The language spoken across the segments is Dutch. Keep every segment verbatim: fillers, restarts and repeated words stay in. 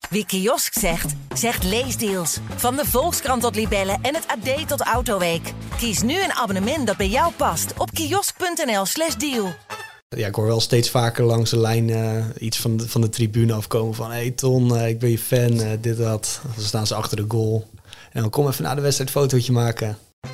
Wie kiosk zegt, zegt leesdeals. Van de Volkskrant tot Libellen en het A D tot Autoweek. Kies nu een abonnement dat bij jou past op kiosk.nl slash deal. Ja, ik hoor wel steeds vaker langs de lijn uh, iets van de, van de tribune afkomen van... Hey Ton, uh, ik ben je fan, uh, dit, dat. Dan staan ze achter de goal. En dan kom even na de wedstrijd een fotootje maken.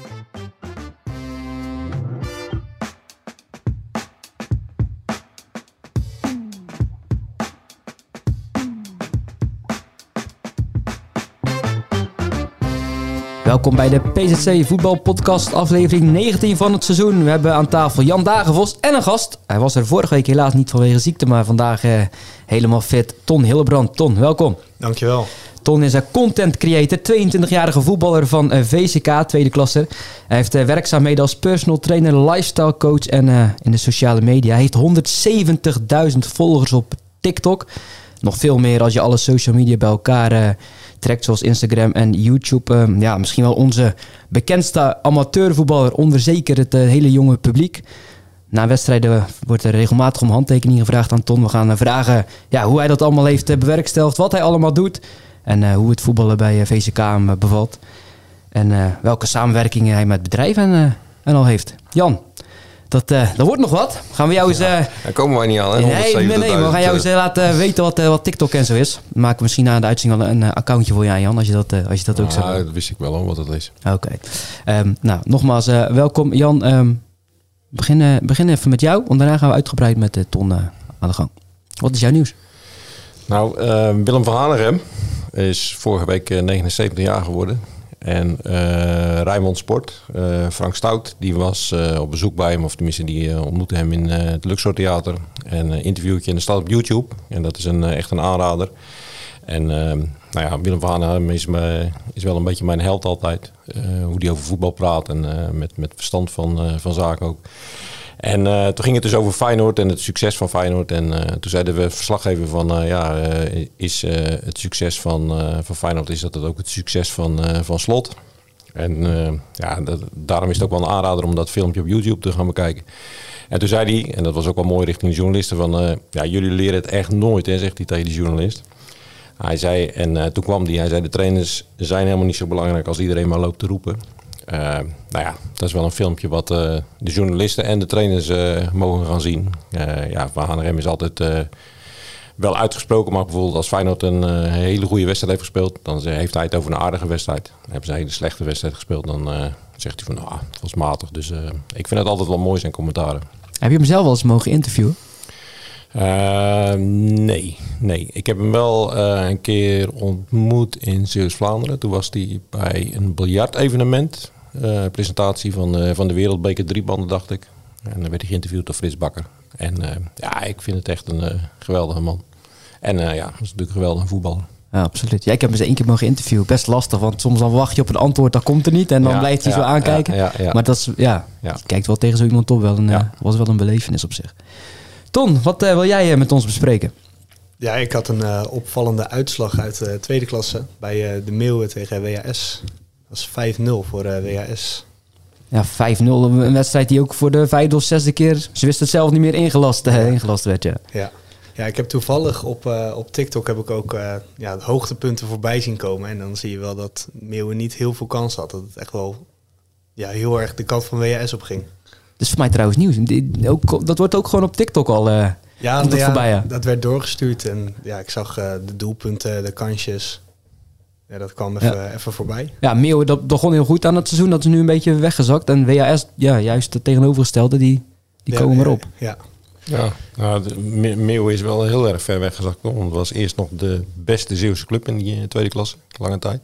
Welkom bij de P Z C voetbalpodcast aflevering negentien van het seizoen. We hebben aan tafel Jan Dagenvos en een gast. Hij was er vorige week helaas niet vanwege ziekte, maar vandaag eh, helemaal fit. Ton Hillebrand. Ton, welkom. Dankjewel. Ton is een content creator, tweeëntwintigjarige voetballer van uh, V C K, tweede klasse. Hij heeft uh, werkzaamheden als personal trainer, lifestyle coach en uh, in de sociale media. Hij heeft honderdzeventigduizend volgers op TikTok. Nog veel meer als je alle social media bij elkaar uh, trekt, zoals Instagram en YouTube. Uh, ja, misschien wel onze bekendste amateurvoetballer onder zeker het uh, hele jonge publiek. Na wedstrijden wordt er regelmatig om handtekeningen gevraagd aan Ton. We gaan uh, vragen ja, hoe hij dat allemaal heeft uh, bewerkstelligd, wat hij allemaal doet en uh, hoe het voetballen bij uh, V C K hem uh, bevalt. En uh, welke samenwerkingen hij met bedrijven en, uh, en al heeft. Jan, dat, uh, dat wordt nog wat. Gaan we jou eens... Uh, ja, daar komen wij niet aan, hè? Nee, nee, nee, we gaan jou eens uh, laten weten wat, uh, wat TikTok en zo is. We maken misschien na de uitzending wel een uh, accountje voor jou, Jan, als je dat, uh, als je dat ook ja, zou doen. dat wist ik wel, hoor, wat dat is. Oké. Okay. Um, nou, nogmaals, uh, welkom Jan. Um, begin, uh, begin even met jou, want daarna gaan we uitgebreid met uh, Ton uh, aan de gang. Wat is jouw nieuws? Nou, uh, Willem van Hanegem is vorige week uh, negenenzeventig jaar geworden. En uh, Rijnmond Sport, uh, Frank Stout, die was uh, op bezoek bij hem, of tenminste die uh, ontmoette hem in uh, het Luxor Theater. En een uh, interviewtje en dat staat op YouTube. En dat is een, uh, echt een aanrader. En uh, nou ja, Willem van Hanegem is, me, is wel een beetje mijn held altijd. Uh, hoe die over voetbal praat en uh, met, met verstand van, uh, van zaken ook. En uh, toen ging het dus over Feyenoord en het succes van Feyenoord. En uh, toen zeiden we verslaggever van, uh, ja, uh, is uh, het succes van, uh, van Feyenoord, is dat het ook het succes van, uh, van Slot? En uh, ja, dat, daarom is het ook wel een aanrader om dat filmpje op YouTube te gaan bekijken. En toen zei hij, en dat was ook wel mooi richting de journalisten, van uh, ja, jullie leren het echt nooit, hè, zegt hij tegen de journalist. Hij zei, en uh, toen kwam hij, hij zei, de trainers zijn helemaal niet zo belangrijk als iedereen maar loopt te roepen. Uh, nou ja, dat is wel een filmpje wat uh, de journalisten en de trainers uh, mogen gaan zien. Uh, ja, Van Hanegem is altijd uh, wel uitgesproken, maar bijvoorbeeld als Feyenoord een uh, hele goede wedstrijd heeft gespeeld, dan heeft hij het over een aardige wedstrijd. Hebben ze een hele slechte wedstrijd gespeeld, dan uh, zegt hij van, nou, het was matig. Dus uh, ik vind het altijd wel mooi zijn commentaren. Heb je hem zelf wel eens mogen interviewen? Uh, nee, nee. Ik heb hem wel uh, een keer ontmoet in Zeeuws-Vlaanderen. Toen was hij bij een biljartevenement. Uh, presentatie van, uh, van de Wereldbeker driebanden, dacht ik. En dan werd hij geïnterviewd door Frits Bakker. En uh, ja, ik vind het echt een uh, geweldige man. En uh, ja, dat is natuurlijk een geweldige voetballer. Ja, absoluut. Ja, ik heb hem eens één keer mogen interviewen. Best lastig, want soms dan wacht je op een antwoord, dat komt er niet. En dan ja, blijft hij ja, zo aankijken. Ja, ja, ja. Maar dat is, ja, ja. Je kijkt wel tegen zo iemand op. Wel een, ja. uh, was wel een belevenis op zich. Ton, wat uh, wil jij uh, met ons bespreken? Ja, ik had een uh, opvallende uitslag uit de uh, tweede klasse bij uh, de Meeuwen tegen W H S. Dat is vijf nul voor uh, W H S. Ja, vijf nul. Een wedstrijd die ook voor de vijfde of zesde keer, ze wisten het zelf niet meer, ingelast, uh, ingelast werd. Ja. Ja. Ja, ik heb toevallig op, uh, op TikTok heb ik ook uh, ja, de hoogtepunten voorbij zien komen. En dan zie je wel dat Meeuwen niet heel veel kans had. Dat het echt wel ja, heel erg de kant van W H S op ging. Dat is voor mij trouwens nieuws. Die, ook, dat wordt ook gewoon op TikTok al uh, ja, komt ja, voorbij. Ja, dat werd doorgestuurd. En ja, ik zag uh, de doelpunten, de kansjes. Ja, dat kwam even, ja. even voorbij. Ja, Meeuwen dat begon heel goed aan het seizoen. Dat is nu een beetje weggezakt. En W H S, ja, juist het tegenovergestelde, die, die ja, komen erop. Ja, ja. Nou, de Meeuwen is wel heel erg ver weggezakt. Want het was eerst nog de beste Zeeuwse club in die tweede klasse. Lange tijd.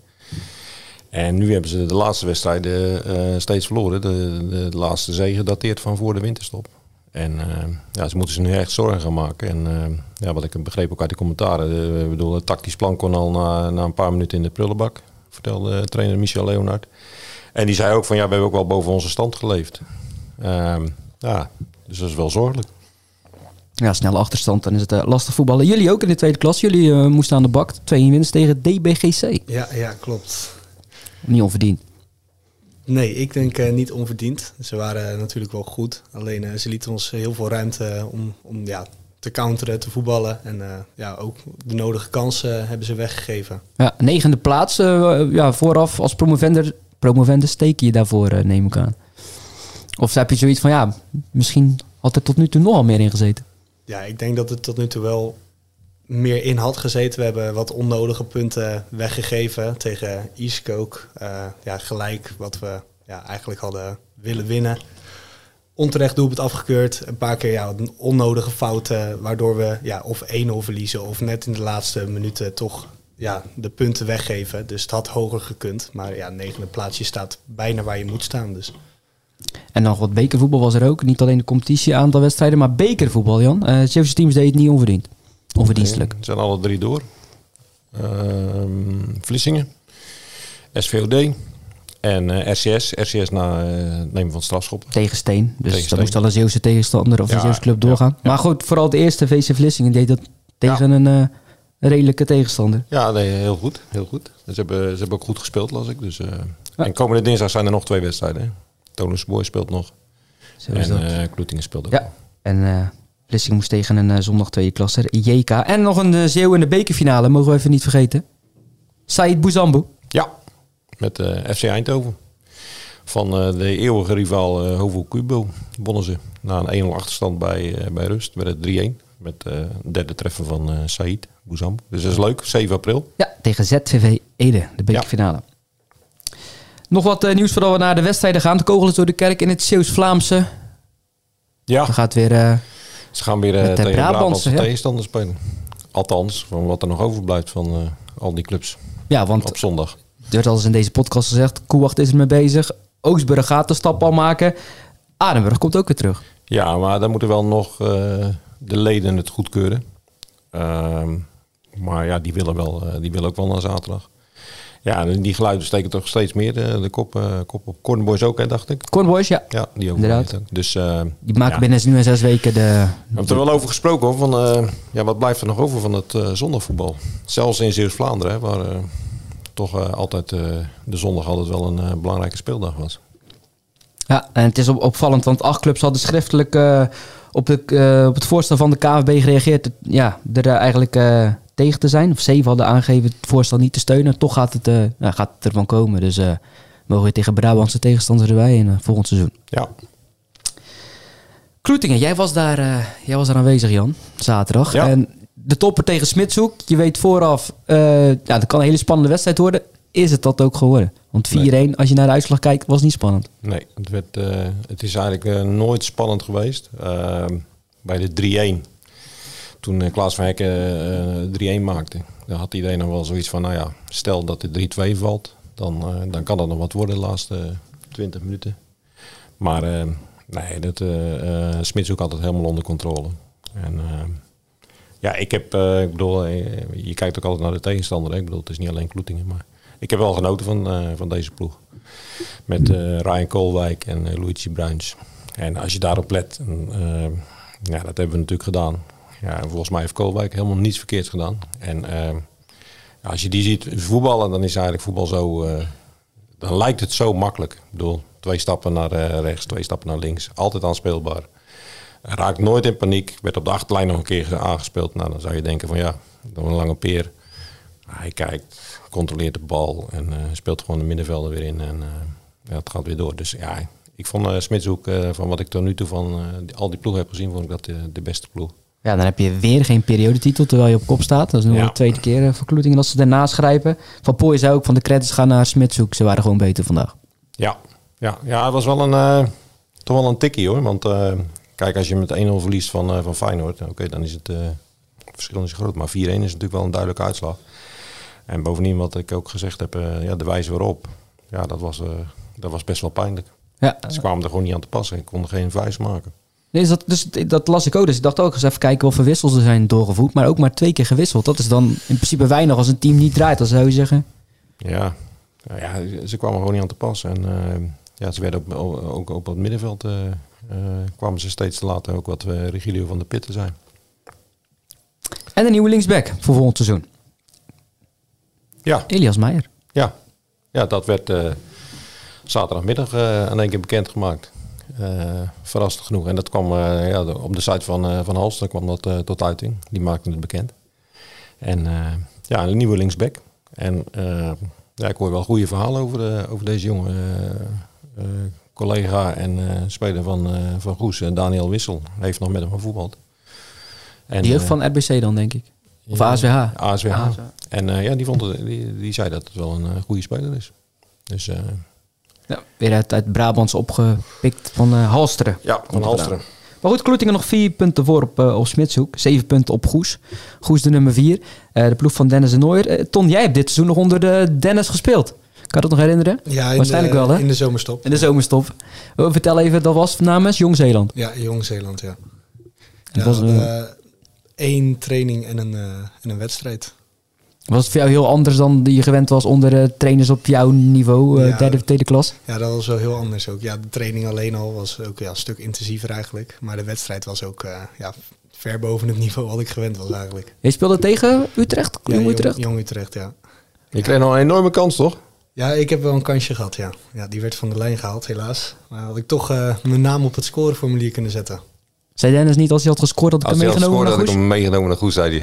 En nu hebben ze de laatste wedstrijden uh, steeds verloren. De, de, de laatste zege dateert van voor de winterstop. En uh, ja, ze moeten zich nu echt zorgen gaan maken. En uh, ja, wat ik begreep ook uit de commentaren. Ik bedoel, het tactisch plan kon al na, na een paar minuten in de prullenbak. Vertelde trainer Michel Leonard. En die zei ook van ja, we hebben ook wel boven onze stand geleefd. Uh, ja, dus dat is wel zorgelijk. Ja, snelle achterstand. Dan is het uh, lastig voetballen. Jullie ook in de tweede klas. Jullie uh, moesten aan de bak. Twee winst tegen D B G C. Ja, ja, klopt. Niet onverdiend. Nee, ik denk uh, niet onverdiend. Ze waren uh, natuurlijk wel goed. Alleen uh, ze lieten ons heel veel ruimte om, om ja, te counteren, te voetballen. En uh, ja, ook de nodige kansen hebben ze weggegeven. Ja, negende plaats. Uh, ja, vooraf als promovender, promovender steek je daarvoor, uh, neem ik aan. Of heb je zoiets van, ja, misschien had er tot nu toe nogal meer in gezeten? Ja, ik denk dat het tot nu toe wel meer in had gezeten. We hebben wat onnodige punten weggegeven tegen Iskook. Uh, ja, gelijk wat we ja, eigenlijk hadden willen winnen. Onterecht doelpunt afgekeurd. Een paar keer ja, onnodige fouten, waardoor we ja, of één nul verliezen of net in de laatste minuten toch ja, de punten weggeven. Dus het had hoger gekund. Maar ja, negende plaatsje staat bijna waar je moet staan. Dus. En nog wat bekervoetbal was er ook. Niet alleen de competitie, aantal wedstrijden, maar bekervoetbal, Jan. Uh, Zeeuwse teams deed het niet onverdiend. Onverdienstelijk. Nee, zijn alle drie door. Uh, Vlissingen, S V O D en uh, R C S. R C S na uh, nemen van strafschoppen. Tegen Steen. Dus tegen dat moest al een Zeeuwse tegenstander of ja, een Zeeuwse club doorgaan. Ja, ja. Maar goed, vooral de eerste V C Vlissingen deed dat tegen ja. een, uh, een redelijke tegenstander. Ja, nee, heel goed. Heel goed. Ze hebben, ze hebben ook goed gespeeld, las ik. Dus, uh, ja. En komende dinsdag zijn er nog twee wedstrijden. Hè? Tonus Boy speelt nog. Zo en uh, Kloetingen speelt ook. Ja, en uh, Vlissingen moest tegen een uh, zondag tweede klasser, J K. En nog een uh, Zeeuw in de bekerfinale, mogen we even niet vergeten. Said Bouzambou. Ja, met uh, F C Eindhoven. Van uh, de eeuwige rivaal uh, Hovo Kubo wonnen ze. Na een één nul achterstand bij, uh, bij rust werd het drie-een. Met uh, een derde treffer van uh, Said Bouzambou. Dus dat is leuk, zeven april. Ja, tegen Z V V Ede, de bekerfinale. Ja. Nog wat uh, nieuws voordat we naar de wedstrijden gaan. De kogels door de kerk in het Zeeuws-Vlaamse. Ja. Dan gaat weer... Uh, Ze gaan weer uh, tegen Brabantse, Brabantse ja. tegenstanders spelen. Althans, van wat er nog overblijft van uh, al die clubs. Ja, want op zondag. Er werd al eens in deze podcast gezegd, Koewacht is er mee bezig. Oostburg gaat de stap al maken. Adenburg komt ook weer terug. Ja, maar dan moeten wel nog uh, de leden het goedkeuren. Uh, maar ja, die willen, wel, uh, die willen ook wel naar zaterdag. Ja, en die geluiden steken toch steeds meer de, de kop, uh, kop op. Cornboys ook, hè, dacht ik. Cornboys, ja. Ja, die ook. Inderdaad. Ook. Dus, uh, die maken ja. binnen nu en zes weken de... We hebben er wel over gesproken, hoor. Van, uh, ja, wat blijft er nog over van het uh, zondagvoetbal? Zelfs in Zeeuws-Vlaanderen, hè, waar uh, toch uh, altijd uh, de zondag altijd wel een uh, belangrijke speeldag was. Ja, en het is op, opvallend, want acht clubs hadden schriftelijk uh, op, de, uh, op het voorstel van de K V B gereageerd. Ja, er uh, eigenlijk... Uh, tegen te zijn. Of zeven hadden aangegeven het voorstel niet te steunen. Toch gaat het, uh, nou, gaat het ervan komen. Dus uh, mogen we tegen Brabantse tegenstanders erbij in uh, volgend seizoen. Ja. Kloetingen, jij was daar, uh, jij was daar aanwezig, Jan. Zaterdag. Ja. En de topper tegen Smitshoek. Je weet vooraf, uh, ja, dat kan een hele spannende wedstrijd worden. Is het dat ook geworden? Want vier-een, nee. Als je naar de uitslag kijkt, was niet spannend. Nee, het, werd, uh, het is eigenlijk uh, nooit spannend geweest. Uh, bij de drie-een. Toen uh, Klaas van Hekken uh, drie-een maakte, dan had iedereen nog wel zoiets van, nou ja, stel dat de drie-twee valt, dan, uh, dan kan dat nog wat worden de laatste uh, twintig minuten. Maar uh, nee, dat uh, uh, Smitshoek altijd helemaal onder controle. En uh, ja, ik heb, uh, ik bedoel, uh, je kijkt ook altijd naar de tegenstander. Hè? Ik bedoel, het is niet alleen Kloetingen, maar ik heb wel genoten van, uh, van deze ploeg. Met uh, Ryan Koolwijk en uh, Luigi Bruins. En als je daarop let, uh, ja, dat hebben we natuurlijk gedaan. Ja, en volgens mij heeft Koolwijk helemaal niets verkeerds gedaan. En uh, als je die ziet voetballen, dan is eigenlijk voetbal zo... Uh, dan lijkt het zo makkelijk. Ik bedoel, twee stappen naar uh, rechts, twee stappen naar links. Altijd aanspeelbaar. Raakt nooit in paniek. Werd op de achterlijn nog een keer aangespeeld. Nou, dan zou je denken van ja, dan een lange peer. Hij kijkt, controleert de bal en uh, speelt gewoon de middenvelden weer in. En uh, ja, het gaat weer door. Dus ja, ik vond uh, Smitshoek, uh, van wat ik tot nu toe van uh, die, al die ploegen heb gezien, vond ik dat de, de beste ploeg. Ja, dan heb je weer geen periodetitel terwijl je op kop staat. Dat is nu ja. de tweede keer voor Kloetingen dat ze daarnaast grijpen. Van Pooij zei ook van de credits gaan naar Smitshoek. Ze waren gewoon beter vandaag. Ja, ja, ja het was wel een, uh, toch wel een tikkie hoor. Want uh, kijk, als je met één nul verliest van, uh, van Feyenoord, oké, okay, dan is het uh, het verschil is groot. Maar vier-een is natuurlijk wel een duidelijke uitslag. En bovendien wat ik ook gezegd heb, uh, ja, de wijze waarop, ja, dat was, uh, dat was best wel pijnlijk. Ja. Ze kwamen er gewoon niet aan te passen. Ik kon er geen vuist maken. Nee, dat, dus, dat las ik ook. Dus ik dacht ook eens even kijken of er wissels er zijn doorgevoerd. Maar ook maar twee keer gewisseld. Dat is dan in principe weinig als een team niet draait. Dan zou je zeggen. Ja, ja ze kwamen gewoon niet aan te passen. En uh, ja, ze werden ook, ook op het middenveld uh, uh, kwamen ze steeds te laat ook wat uh, Regilio van de Pitten zijn. En een nieuwe linksback voor volgend seizoen. Ja. Elias Meijer. Ja, ja dat werd uh, zaterdagmiddag uh, aan één keer bekendgemaakt. Uh, verrassend genoeg. En dat kwam uh, ja, op de site van, uh, van Halster kwam dat uh, tot uiting. Die maakte het bekend. En uh, ja, een nieuwe linksback. En uh, ja, ik hoor wel goede verhalen over, de, over deze jonge uh, uh, collega en uh, speler van, uh, van Goes, uh, Daniel Wissel. Hij heeft nog met hem gevoetbald. En, die heeft uh, van R B C dan, denk ik. Of ja, A S W H. A S W H. A S W H. En uh, ja, die, vond het, die, die zei dat het wel een uh, goede speler is. Dus... Uh, Ja, weer uit, uit Brabants opgepikt van uh, Halsteren. Ja, van Halsteren. Maar goed, Kloetingen nog vier punten voor op, uh, op Smitshoek. Zeven punten op Goes. Goes de nummer vier. Uh, de ploeg van Dennis de Nooijer. Uh, Ton, jij hebt dit seizoen nog onder de Dennis gespeeld. Kan je dat nog herinneren? Ja, in waarschijnlijk de, wel, hè? In de zomerstop. In de zomerstop. Uh, vertel even, dat was namens Jong Zeeland. Ja, Jong Zeeland, ja. Ja, ja was een, uh, één training en een, uh, en een wedstrijd. Was het voor jou heel anders dan je gewend was onder uh, trainers op jouw niveau, uh, ja, derde of tweede klas? Ja, dat was wel heel anders ook. Ja, de training alleen al was ook ja, een stuk intensiever eigenlijk. Maar de wedstrijd was ook uh, ja, ver boven het niveau wat ik gewend was eigenlijk. Je speelde tegen Utrecht? Ja, Jong Jong Utrecht? Jong Utrecht, ja. Je ja. kreeg nog een enorme kans, toch? Ja, ik heb wel een kansje gehad, ja. Ja, die werd van de lijn gehaald, helaas. Maar had ik toch uh, mijn naam op het scoreformulier kunnen zetten. Zei Dennis niet als hij had gescoord dat ik als hem meegenomen naar Goes? Als hij had gescoord had ik hem meegenomen naar Goes, zei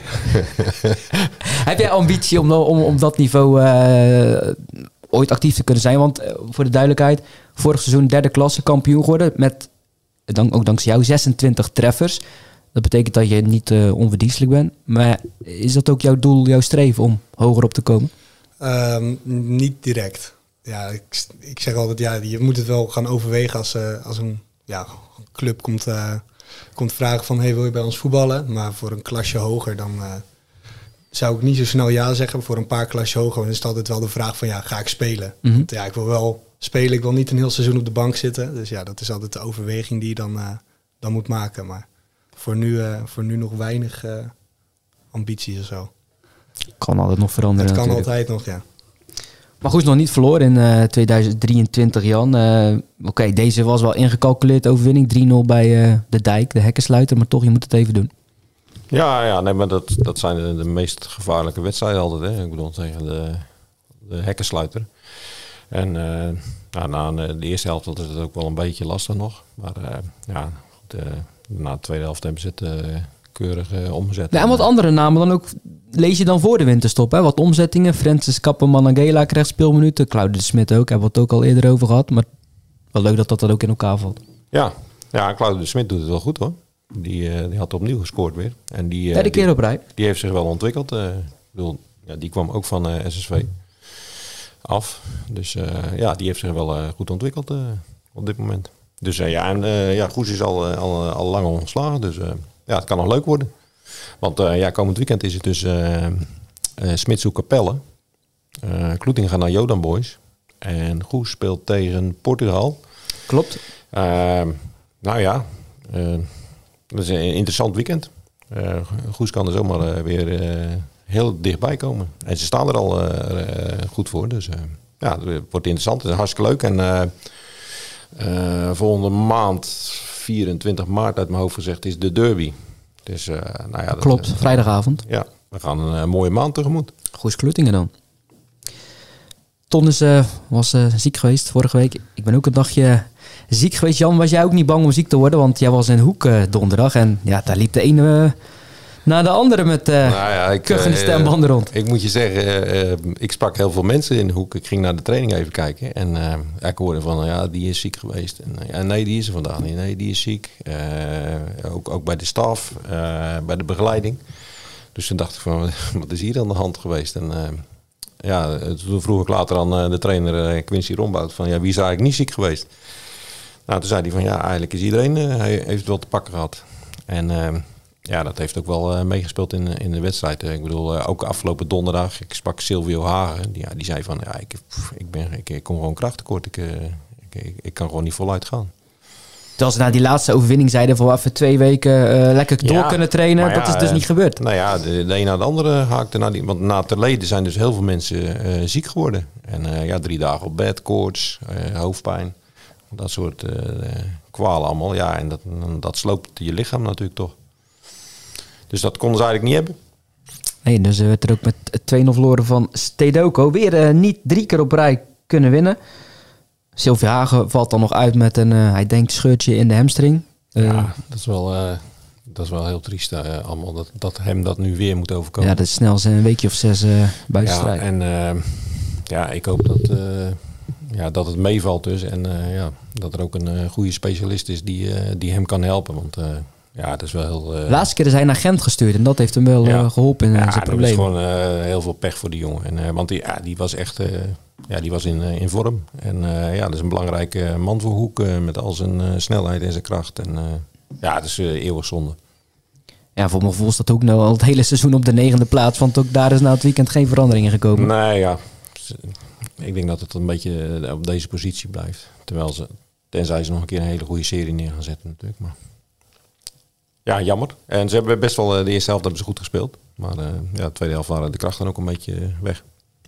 hij. Heb jij ambitie om, om, om dat niveau uh, ooit actief te kunnen zijn? Want uh, voor de duidelijkheid, vorig seizoen derde klasse kampioen geworden met, dank, ook dankzij jou, zesentwintig treffers. Dat betekent dat je niet uh, onverdienstelijk bent. Maar is dat ook jouw doel, jouw streven om hoger op te komen? Um, niet direct. Ja, ik, ik zeg altijd, ja, je moet het wel gaan overwegen als, uh, als een ja, club komt... Uh, komt vragen van, hey, wil je bij ons voetballen? Maar voor een klasje hoger, dan uh, zou ik niet zo snel ja zeggen. Voor een paar klasje hoger, dan is het altijd wel de vraag van, ja, ga ik spelen? Mm-hmm. Want ja, ik wil wel spelen, ik wil niet een heel seizoen op de bank zitten. Dus ja, dat is altijd de overweging die je dan, uh, dan moet maken. Maar voor nu, uh, voor nu nog weinig uh, ambities of zo. Kan altijd nog veranderen. Het kan natuurlijk. altijd nog, ja. Maar goed, nog niet verloren in uh, tweeduizend drieëntwintig, Jan. Uh, Oké, okay, deze was wel ingecalculeerd overwinning. drie nul bij uh, de Dijk, de hekkensluiter. Maar toch, je moet het even doen. Ja, ja nee, maar dat, dat zijn de, de meest gevaarlijke wedstrijden altijd. Hè? Ik bedoel, tegen de, de hekkensluiter. En uh, nou, na de eerste helft was het ook wel een beetje lastig nog. Maar uh, ja, de, na de tweede helft hebben ze het uh, keurig uh, omgezet. Ja, en wat andere namen dan ook lees je dan voor de winterstop. Hè? Wat omzettingen. Francis Kappenman-Angela krijgt speelminuten. Claude de Smit ook. Hebben we het ook al eerder over gehad. Maar wel leuk dat dat dan ook in elkaar valt. Ja, ja Claude de Smit doet het wel goed hoor. Die, uh, die had opnieuw gescoord weer. En die, uh, Derde keer die, op rij. Die heeft zich wel ontwikkeld. Uh, ik bedoel, ja, die kwam ook van uh, S S V af. Dus uh, ja, die heeft zich wel uh, goed ontwikkeld uh, op dit moment. Dus uh, ja, en uh, ja, Goes is al, uh, al, al lang ontslagen. Dus uh, ja, het kan nog leuk worden. Want uh, ja, komend weekend is het dus uh, uh, Smitshoek Capelle. Uh, Kloetingen gaat naar Jodan Boys. En Goes speelt tegen Portugal. Klopt. Uh, nou ja, uh, dat is een interessant weekend. Uh, Goes kan er zomaar uh, weer uh, heel dichtbij komen. En ze staan er al uh, uh, goed voor. Dus uh, ja, het wordt interessant. Het is hartstikke leuk. En uh, uh, volgende maand, vierentwintig maart uit mijn hoofd gezegd, is de derby. Dus, uh, nou ja, dat, Klopt, uh, vrijdagavond. Ja, we gaan een uh, mooie maand tegemoet. Goes Kloetingen dan. Ton is, uh, was uh, ziek geweest vorige week. Ik ben ook een dagje ziek geweest. Jan, was jij ook niet bang om ziek te worden? Want jij was in Hoek uh, donderdag. En ja, daar liep de ene uh, na de andere met uh, nou ja, ik, kuchende uh, stembanden rond. Ik moet je zeggen, uh, uh, ik sprak heel veel mensen in de Hoek. Ik ging naar de training even kijken. En uh, ik hoorde van, ja, die is ziek geweest. En, uh, ja, nee, die is er vandaag niet. Nee, die is ziek. Uh, ook, ook bij de staf, uh, bij de begeleiding. Dus toen dacht ik van, wat is hier aan de hand geweest? En... Uh, Ja, toen vroeg ik later aan uh, de trainer uh, Quincy Rombout van ja, wie is eigenlijk niet ziek geweest? Nou, toen zei hij van ja, eigenlijk is iedereen uh, hij heeft het wel te pakken gehad. En uh, ja, dat heeft ook wel uh, meegespeeld in, in de wedstrijd. Uh, ik bedoel, uh, ook afgelopen donderdag, ik sprak Silvio Hagen. Die, ja, die zei van ja, ik, pff, ik, ben, ik, ik kom gewoon krachttekort. Ik, uh, ik, ik, ik kan gewoon niet voluit gaan. Terwijl ze na die laatste overwinning zeiden van even twee weken uh, lekker door ja, kunnen trainen. Ja, dat is dus niet gebeurd. Nou ja, de, de een na de andere haakte naar die. Want na het verleden zijn dus heel veel mensen uh, ziek geworden. En uh, ja, drie dagen op bed, koorts, uh, hoofdpijn. Dat soort uh, kwalen allemaal. Ja, en dat, dat sloopt je lichaam natuurlijk toch. Dus dat konden ze eigenlijk niet hebben. Nee, dus werd er ook met twee nul verloren van Stedoco. Weer uh, niet drie keer op rij kunnen winnen. Sylvie Hagen valt dan nog uit met een, uh, hij denkt, scheurtje in de hamstring. Uh, ja, dat is wel, uh, dat is wel heel triest uh, allemaal, dat, dat hem dat nu weer moet overkomen. Ja, dat is snel een weekje of zes uh, buiten ja, strijd. En uh, ja, ik hoop dat, uh, ja, dat het meevalt dus. En uh, ja, dat er ook een uh, goede specialist is die, uh, die hem kan helpen. Want uh, ja, dat is wel heel... Uh, de laatste keer is hij naar Gent gestuurd en dat heeft hem wel ja. uh, geholpen in uh, ja, zijn probleem. Ja, problemen. dat is gewoon uh, heel veel pech voor die jongen. En, uh, want die, ja, die was echt... Uh, ja, die was in, uh, in vorm. En uh, ja, dat is een belangrijke man voor Hoek uh, met al zijn uh, snelheid en zijn kracht. En uh, ja, dat is uh, eeuwig zonde. Ja, voor mijn gevoel is dat ook nou al het hele seizoen op de negende plaats. Want ook daar is na het weekend geen veranderingen gekomen. Nee, ja. Ik denk dat het een beetje op deze positie blijft. Terwijl ze, tenzij ze nog een keer een hele goede serie neer gaan zetten natuurlijk. Maar ja, jammer. En ze hebben best wel, de eerste helft hebben ze goed gespeeld. Maar uh, ja, de tweede helft waren de krachten ook een beetje weg.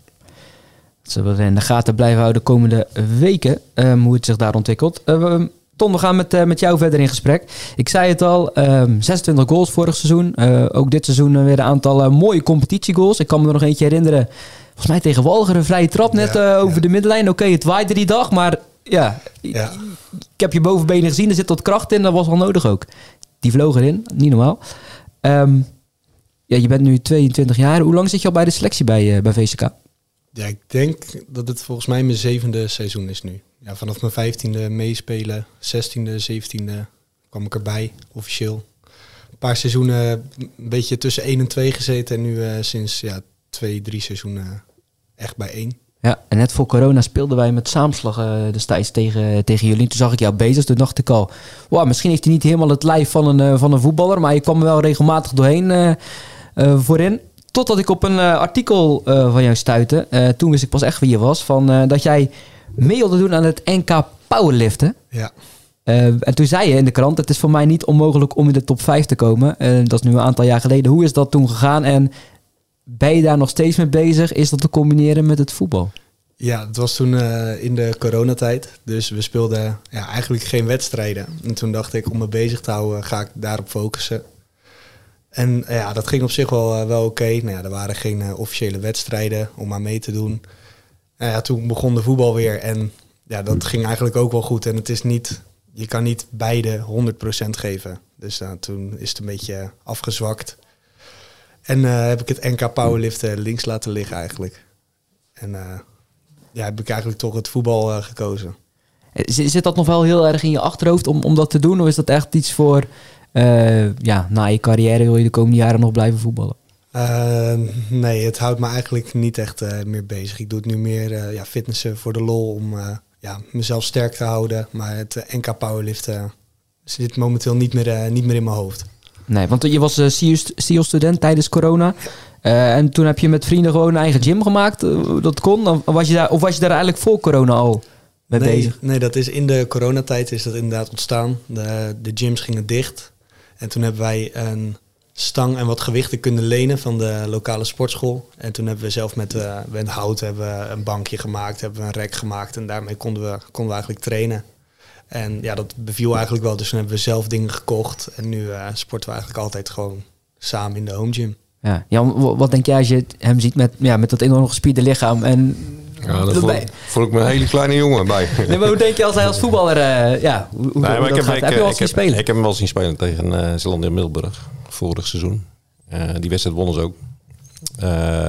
Zullen we in de gaten blijven houden de komende weken. Um, hoe het zich daar ontwikkelt. Uh, Ton, we gaan met, uh, met jou verder in gesprek. Ik zei het al, um, zesentwintig goals vorig seizoen. Uh, ook dit seizoen uh, weer een aantal uh, mooie competitiegoals. Ik kan me er nog eentje herinneren. Volgens mij tegen Walger een vrije trap net uh, over ja. de middenlijn. Oké, okay, het waaide die dag, maar ja, ja. Ik, ik heb je bovenbenen gezien. Er zit wat kracht in, dat was wel nodig ook. Die vloog erin, niet normaal. Um, ja, je bent nu tweeëntwintig jaar. Hoe lang zit je al bij de selectie bij, uh, bij V C K? Ja, ik denk dat het volgens mij mijn zevende seizoen is nu. Ja, vanaf mijn vijftiende meespelen, zestiende, zeventiende kwam ik erbij, officieel. Een paar seizoenen een beetje tussen één en twee gezeten en nu uh, sinds ja, twee, drie seizoenen echt bij één. Ja, en net voor corona speelden wij met Saamslag uh, destijds tegen, tegen jullie. Toen zag ik jou bezig, toen dacht ik al, wow, misschien heeft hij niet helemaal het lijf van een, uh, van een voetballer, maar je kwam er wel regelmatig doorheen uh, uh, voorin. Totdat ik op een uh, artikel uh, van jou stuitte. Uh, toen wist ik pas echt wie je was. Van, uh, dat jij mee wilde doen aan het N K Powerliften. Ja. Uh, en toen zei je in de krant, het is voor mij niet onmogelijk om in de top vijf te komen. Uh, dat is nu een aantal jaar geleden. Hoe is dat toen gegaan? En ben je daar nog steeds mee bezig? Is dat te combineren met het voetbal? Ja, het was toen uh, in de coronatijd. Dus we speelden ja, eigenlijk geen wedstrijden. En toen dacht ik, om me bezig te houden, ga ik daarop focussen. En ja, dat ging op zich wel, uh, wel oké. Okay. Nou ja, er waren geen uh, officiële wedstrijden om aan mee te doen. Nou ja, toen begon de voetbal weer en ja, dat ging eigenlijk ook wel goed. En het is niet, je kan niet beide honderd procent geven. Dus uh, toen is het een beetje afgezwakt. En uh, heb ik het N K Powerliften links laten liggen eigenlijk. En uh, ja, heb ik eigenlijk toch het voetbal uh, gekozen. Zit dat nog wel heel erg in je achterhoofd om, om dat te doen? Of is dat echt iets voor... Uh, ja, na je carrière wil je de komende jaren nog blijven voetballen? Uh, nee, het houdt me eigenlijk niet echt uh, meer bezig. Ik doe het nu meer uh, ja, fitnessen voor de lol om uh, ja, mezelf sterk te houden. Maar het uh, N K Powerliften uh, zit momenteel niet meer, uh, niet meer in mijn hoofd. Nee, want je was uh, C I O-student tijdens corona. Uh, en toen heb je met vrienden gewoon een eigen gym gemaakt. Uh, dat kon? Of was je daar, of was je daar eigenlijk voor corona al mee nee, bezig? Nee, dat is in de coronatijd is dat inderdaad ontstaan. De, de gyms gingen dicht. En toen hebben wij een stang en wat gewichten kunnen lenen van de lokale sportschool. En toen hebben we zelf met, uh, met hout hebben we een bankje gemaakt, hebben we een rek gemaakt. En daarmee konden we, konden we eigenlijk trainen. En ja, dat beviel eigenlijk wel. Dus toen hebben we zelf dingen gekocht. En nu uh, sporten we eigenlijk altijd gewoon samen in de home gym. Ja, Jan, wat denk jij als je hem ziet met, ja, met dat enorm gespierde lichaam en... Ja, dat voel, voel ik me een hele kleine jongen bij. Nee, maar hoe denk je als hij als voetballer... Uh, ja, hoe, hoe, nee, maar hoe ik heb, ik, ik, heb je al ik, zien heb, spelen? Ik heb hem wel zien spelen tegen uh, Zeelandia Middelburg. Vorig seizoen. Uh, die wedstrijd wonnen ze ook. Uh,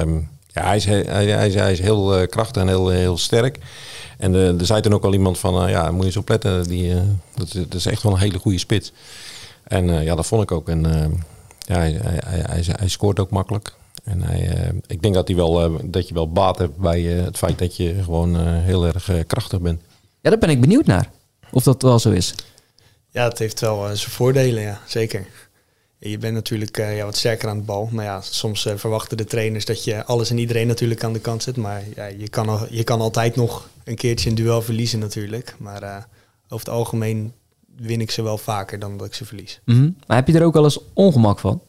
ja, hij is, hij, hij, is, hij is heel uh, krachtig en heel, heel sterk. En uh, er zei toen ook al iemand van... Uh, ja, moet je eens opletten. Die, uh, dat, dat is echt wel een hele goede spits. En uh, ja, dat vond ik ook. En uh, ja, hij, hij, hij, hij, hij scoort ook makkelijk. En hij, uh, ik denk dat, hij wel, uh, dat je wel baat hebt bij uh, het feit dat je gewoon uh, heel erg uh, krachtig bent. Ja, daar ben ik benieuwd naar. Of dat wel zo is. Ja, het heeft wel uh, zijn voordelen, ja, zeker. Je bent natuurlijk uh, ja, wat sterker aan de bal. Maar ja, soms uh, verwachten de trainers dat je alles en iedereen natuurlijk aan de kant zet. Maar ja, je, kan al, je kan altijd nog een keertje een duel verliezen natuurlijk. Maar uh, over het algemeen win ik ze wel vaker dan dat ik ze verlies. Mm-hmm. Maar heb je er ook wel eens ongemak van?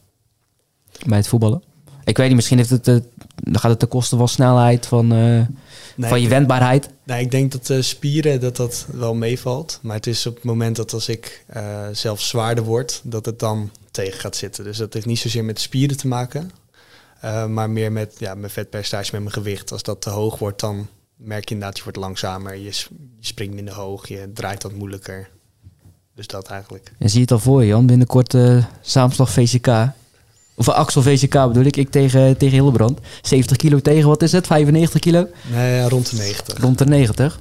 Bij het voetballen? Ik weet niet, misschien heeft het, uh, dan gaat het ten koste van snelheid, van, uh, nee, van je wendbaarheid. Nee, ik denk dat uh, spieren, dat dat wel meevalt. Maar het is op het moment dat als ik uh, zelf zwaarder word, dat het dan tegen gaat zitten. Dus dat heeft niet zozeer met spieren te maken. Uh, maar meer met ja, mijn vetpercentage, met mijn gewicht. Als dat te hoog wordt, dan, merk je inderdaad, je wordt langzamer. Je, je springt minder hoog, je draait wat moeilijker. Dus dat eigenlijk. En zie je het al voor je, Jan? Binnenkort uh, Saamslag V C K. Of uh, Axel V C K bedoel ik. Ik tegen, tegen Hildebrand. zeventig kilo tegen, wat is het? vijfennegentig kilo? Nee, rond de negentig. Rond de negentig.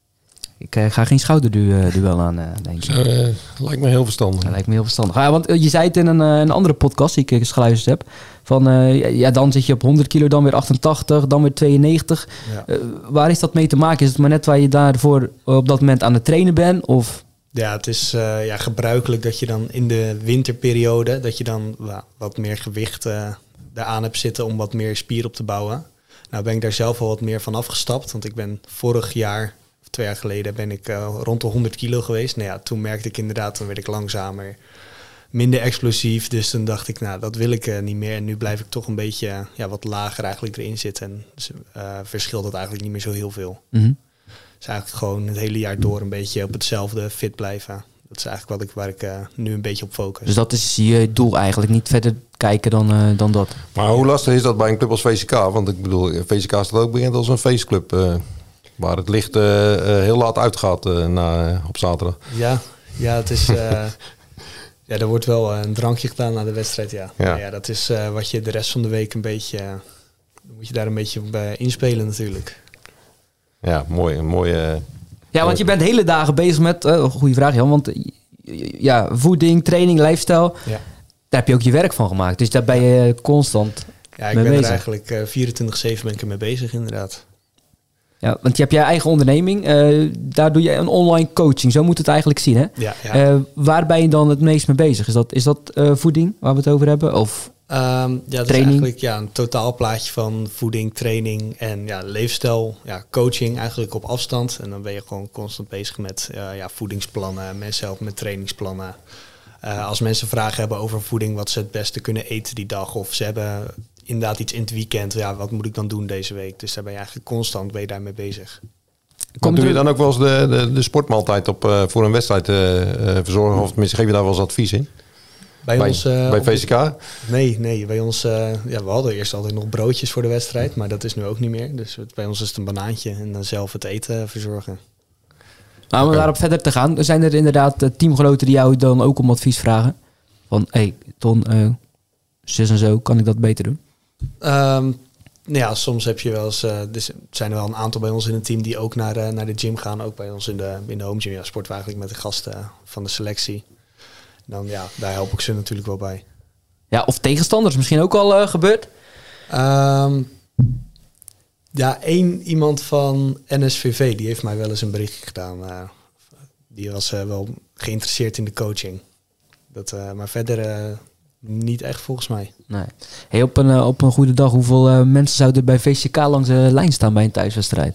Ik uh, ga geen schouderduel aan, uh, denk ik. Uh, lijkt me heel verstandig. Dat lijkt me heel verstandig. Ja, want uh, je zei het in een, uh, een andere podcast die ik eens geluisterd heb. Van, uh, ja, dan zit je op honderd kilo, dan weer achtentachtig, dan weer tweeënnegentig. Ja. Uh, waar is dat mee te maken? Is het maar net waar je daarvoor op dat moment aan het trainen bent? Of... Ja, het is uh, ja, gebruikelijk dat je dan in de winterperiode... dat je dan uh, wat meer gewicht uh, daaraan hebt zitten om wat meer spier op te bouwen. Nou ben ik daar zelf al wat meer van afgestapt. Want ik ben vorig jaar... Twee jaar geleden ben ik uh, rond de honderd kilo geweest. Nou ja, toen merkte ik inderdaad, toen werd ik langzamer, minder explosief. Dus toen dacht ik, nou, dat wil ik uh, niet meer. En nu blijf ik toch een beetje uh, ja, wat lager eigenlijk erin zitten. En dus, uh, verschilt dat eigenlijk niet meer zo heel veel. Mm-hmm. Dus eigenlijk gewoon het hele jaar door een beetje op hetzelfde fit blijven. Dat is eigenlijk wat ik, waar ik uh, nu een beetje op focus. Dus dat is je doel eigenlijk, niet verder kijken dan, uh, dan dat. Maar hoe lastig is dat bij een club als V C K? Want ik bedoel, V C K staat ook bekend als een feestclub... Uh. Waar het licht uh, uh, heel laat uitgaat uh, na, uh, op zaterdag. Ja, ja, het is... Uh, ja, er wordt wel uh, een drankje gedaan na de wedstrijd, ja. Ja. Ja, ja dat is uh, wat je de rest van de week een beetje... Uh, moet je daar een beetje op uh, inspelen natuurlijk. Ja, mooi. Een mooie... Uh, ja, want je bent hele dagen bezig met... Uh, goede vraag, Jan. Want uh, ja, voeding, training, lifestyle... Ja. Daar heb je ook je werk van gemaakt. Dus daar ben je constant Ja, ik mee ben bezig. er eigenlijk uh, vierentwintig zeven ben ik ermee bezig, inderdaad. Ja, want je hebt je eigen onderneming. Uh, daar doe je een online coaching. Zo moet het eigenlijk zien, hè? Ja, ja. Uh, waar ben je dan het meest mee bezig? Is dat, is dat uh, voeding, waar we het over hebben? Of Um, ja, dat training? is eigenlijk ja, een totaalplaatje van voeding, training en ja, leefstijl, ja, coaching eigenlijk op afstand. En dan ben je gewoon constant bezig met uh, ja, voedingsplannen, mensen helpen met trainingsplannen. Uh, als mensen vragen hebben over voeding, wat ze het beste kunnen eten die dag, of ze hebben inderdaad iets in het weekend, ja, wat moet ik dan doen deze week? Dus daar ben je eigenlijk constant ben je daarmee bezig. Kom, doe je dan ook wel eens de, de, de sportmaaltijd op uh, voor een wedstrijd uh, uh, verzorgen? Of tenminste, geef je daar wel eens advies in? Bij, bij, ons, uh, bij V C K? Nee, nee, bij ons, uh, ja, we hadden eerst altijd nog broodjes voor de wedstrijd, maar dat is nu ook niet meer. Dus het, bij ons is het een banaantje en dan zelf het eten verzorgen. Nou, om Okay. daarop verder te gaan, zijn er inderdaad uh, teamgenoten die jou dan ook om advies vragen? Van, hé, hey, Ton, uh, zus en zo, kan ik dat beter doen? Um, nou ja, soms heb je wel eens, uh, dus zijn er wel een aantal bij ons in het team die ook naar, uh, naar de gym gaan. Ook bij ons in de, in de home gym. Ja, sporten we eigenlijk met de gasten uh, van de selectie. Dan ja, daar help ik ze natuurlijk wel bij. Ja, of tegenstanders, misschien ook al uh, gebeurd? Um, ja, één iemand van N S V V, die heeft mij wel eens een berichtje gedaan. Uh, die was uh, wel geïnteresseerd in de coaching. Dat, uh, maar verder uh, niet echt volgens mij. Nee. Hey, op, een, uh, op een goede dag, hoeveel uh, mensen zouden bij V C K langs de lijn staan bij een thuiswedstrijd?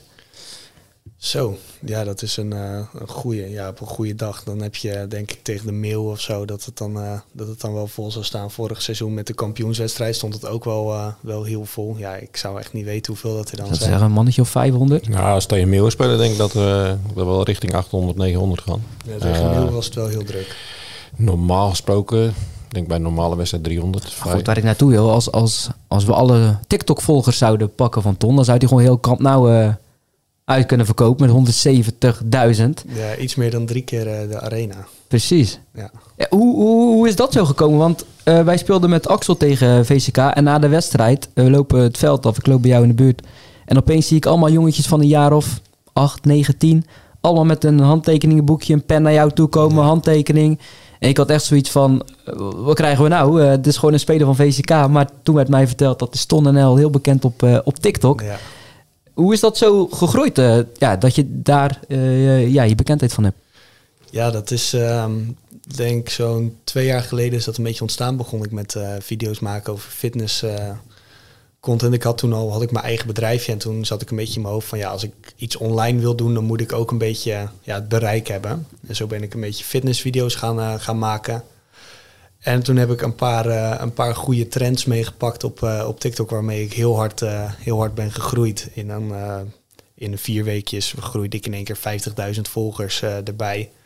Zo, ja, dat is een, uh, een goede. Ja, op een goede dag. Dan heb je denk ik tegen de mail of zo dat het dan, uh, dat het dan wel vol zou staan. Vorig seizoen met de kampioenswedstrijd stond het ook wel, uh, wel heel vol. Ja, ik zou echt niet weten hoeveel dat er dan Dat zijn. zeggen een mannetje of vijfhonderd? Nou, als tegen Meeuwen spelen, denk ik dat we, we wel richting achthonderd, negenhonderd gaan. Ja, tegen Uh, mail was het wel heel druk. Normaal gesproken, ik denk bij een normale wedstrijd driehonderd. Goed, waar ik naartoe wil, als, als, als we alle TikTok-volgers zouden pakken van Ton, dan zou hij gewoon heel Kamp Nou uh, uit kunnen verkopen met honderdzeventigduizend. Ja, iets meer dan drie keer uh, de arena. Precies. Ja. Ja, hoe, hoe, hoe is dat zo gekomen? Want uh, wij speelden met Axel tegen V C K en na de wedstrijd, uh, we lopen het veld af, ik loop bij jou in de buurt. En opeens zie ik allemaal jongetjes van een jaar of acht, negen, tien, allemaal met een handtekeningenboekje, een pen naar jou toe komen, Ja. handtekening. En ik had echt zoiets van, uh, wat krijgen we nou? Uh, het is gewoon een speler van V C K. Maar toen werd mij verteld dat is Ton N L heel bekend op, uh, op TikTok. Ja. Hoe is dat zo gegroeid? Uh, ja, dat je daar uh, ja, je bekendheid van hebt. Ja, dat is um, denk zo'n twee jaar geleden is dat een beetje ontstaan. Begon ik met uh, video's maken over fitness uh, content. Ik had toen al had ik mijn eigen bedrijfje en toen zat ik een beetje in mijn hoofd van ja, als ik iets online wil doen, dan moet ik ook een beetje uh, ja, het bereik hebben. En zo ben ik een beetje fitnessvideo's gaan, uh, gaan maken. En toen heb ik een paar, uh, een paar goede trends meegepakt op, uh, op TikTok, waarmee ik heel hard, uh, heel hard ben gegroeid. In, een, uh, in vier weekjes groeide ik in één keer vijftigduizend volgers uh, erbij.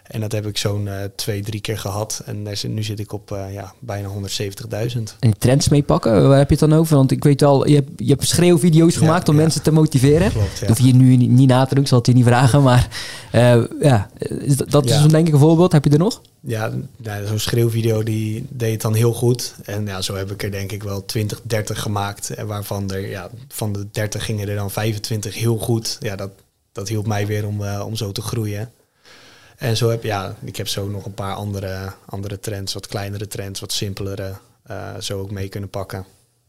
En dat heb ik zo'n uh, twee, drie keer gehad. En daar zit, nu zit ik op uh, ja, bijna honderdzeventigduizend. En die trends meepakken, waar heb je het dan over? Want ik weet wel, je hebt, je hebt schreeuwvideo's gemaakt ja, om ja. mensen te motiveren. Klopt, ja. Dat hoef je nu niet, niet na te doen, ik zal het je niet vragen. Maar uh, ja, is dat, dat ja. is denk ik een voorbeeld. Heb je er nog? Ja, nou, zo'n schreeuwvideo die deed het dan heel goed. En ja, zo heb ik er denk ik wel twintig, dertig gemaakt. En waarvan er, ja, van de dertig gingen er dan vijfentwintig heel goed. Ja, dat, dat hielp mij weer om, uh, om zo te groeien. En zo heb ja, ik heb zo nog een paar andere, andere trends, wat kleinere trends, wat simpelere, uh, zo ook mee kunnen pakken.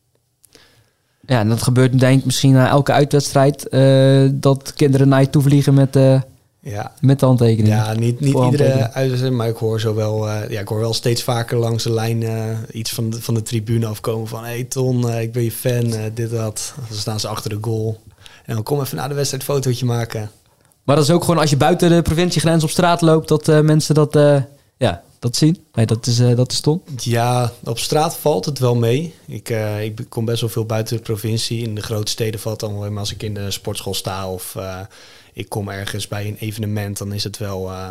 Ja, en dat gebeurt denk ik misschien na elke uitwedstrijd, uh, dat kinderen naar je toe vliegen met, uh, ja. met de handtekeningen. Ja, niet, niet iedere uitwedstrijd, maar ik hoor zo wel, uh, ja, ik hoor wel steeds vaker langs de lijn uh, iets van de, van de tribune afkomen van, hey Ton, uh, ik ben je fan, uh, dit, dat. Dan staan ze achter de goal. En dan kom even na de wedstrijd een fotootje maken. Maar dat is ook gewoon als je buiten de provinciegrens op straat loopt, dat uh, mensen dat, uh, ja, dat zien. Nee, dat is, uh, dat is Ton. Ja, op straat valt het wel mee. Ik, uh, ik kom best wel veel buiten de provincie. In de grote steden valt het dan wel mee. Maar als ik in de sportschool sta of uh, ik kom ergens bij een evenement, dan is het wel, uh,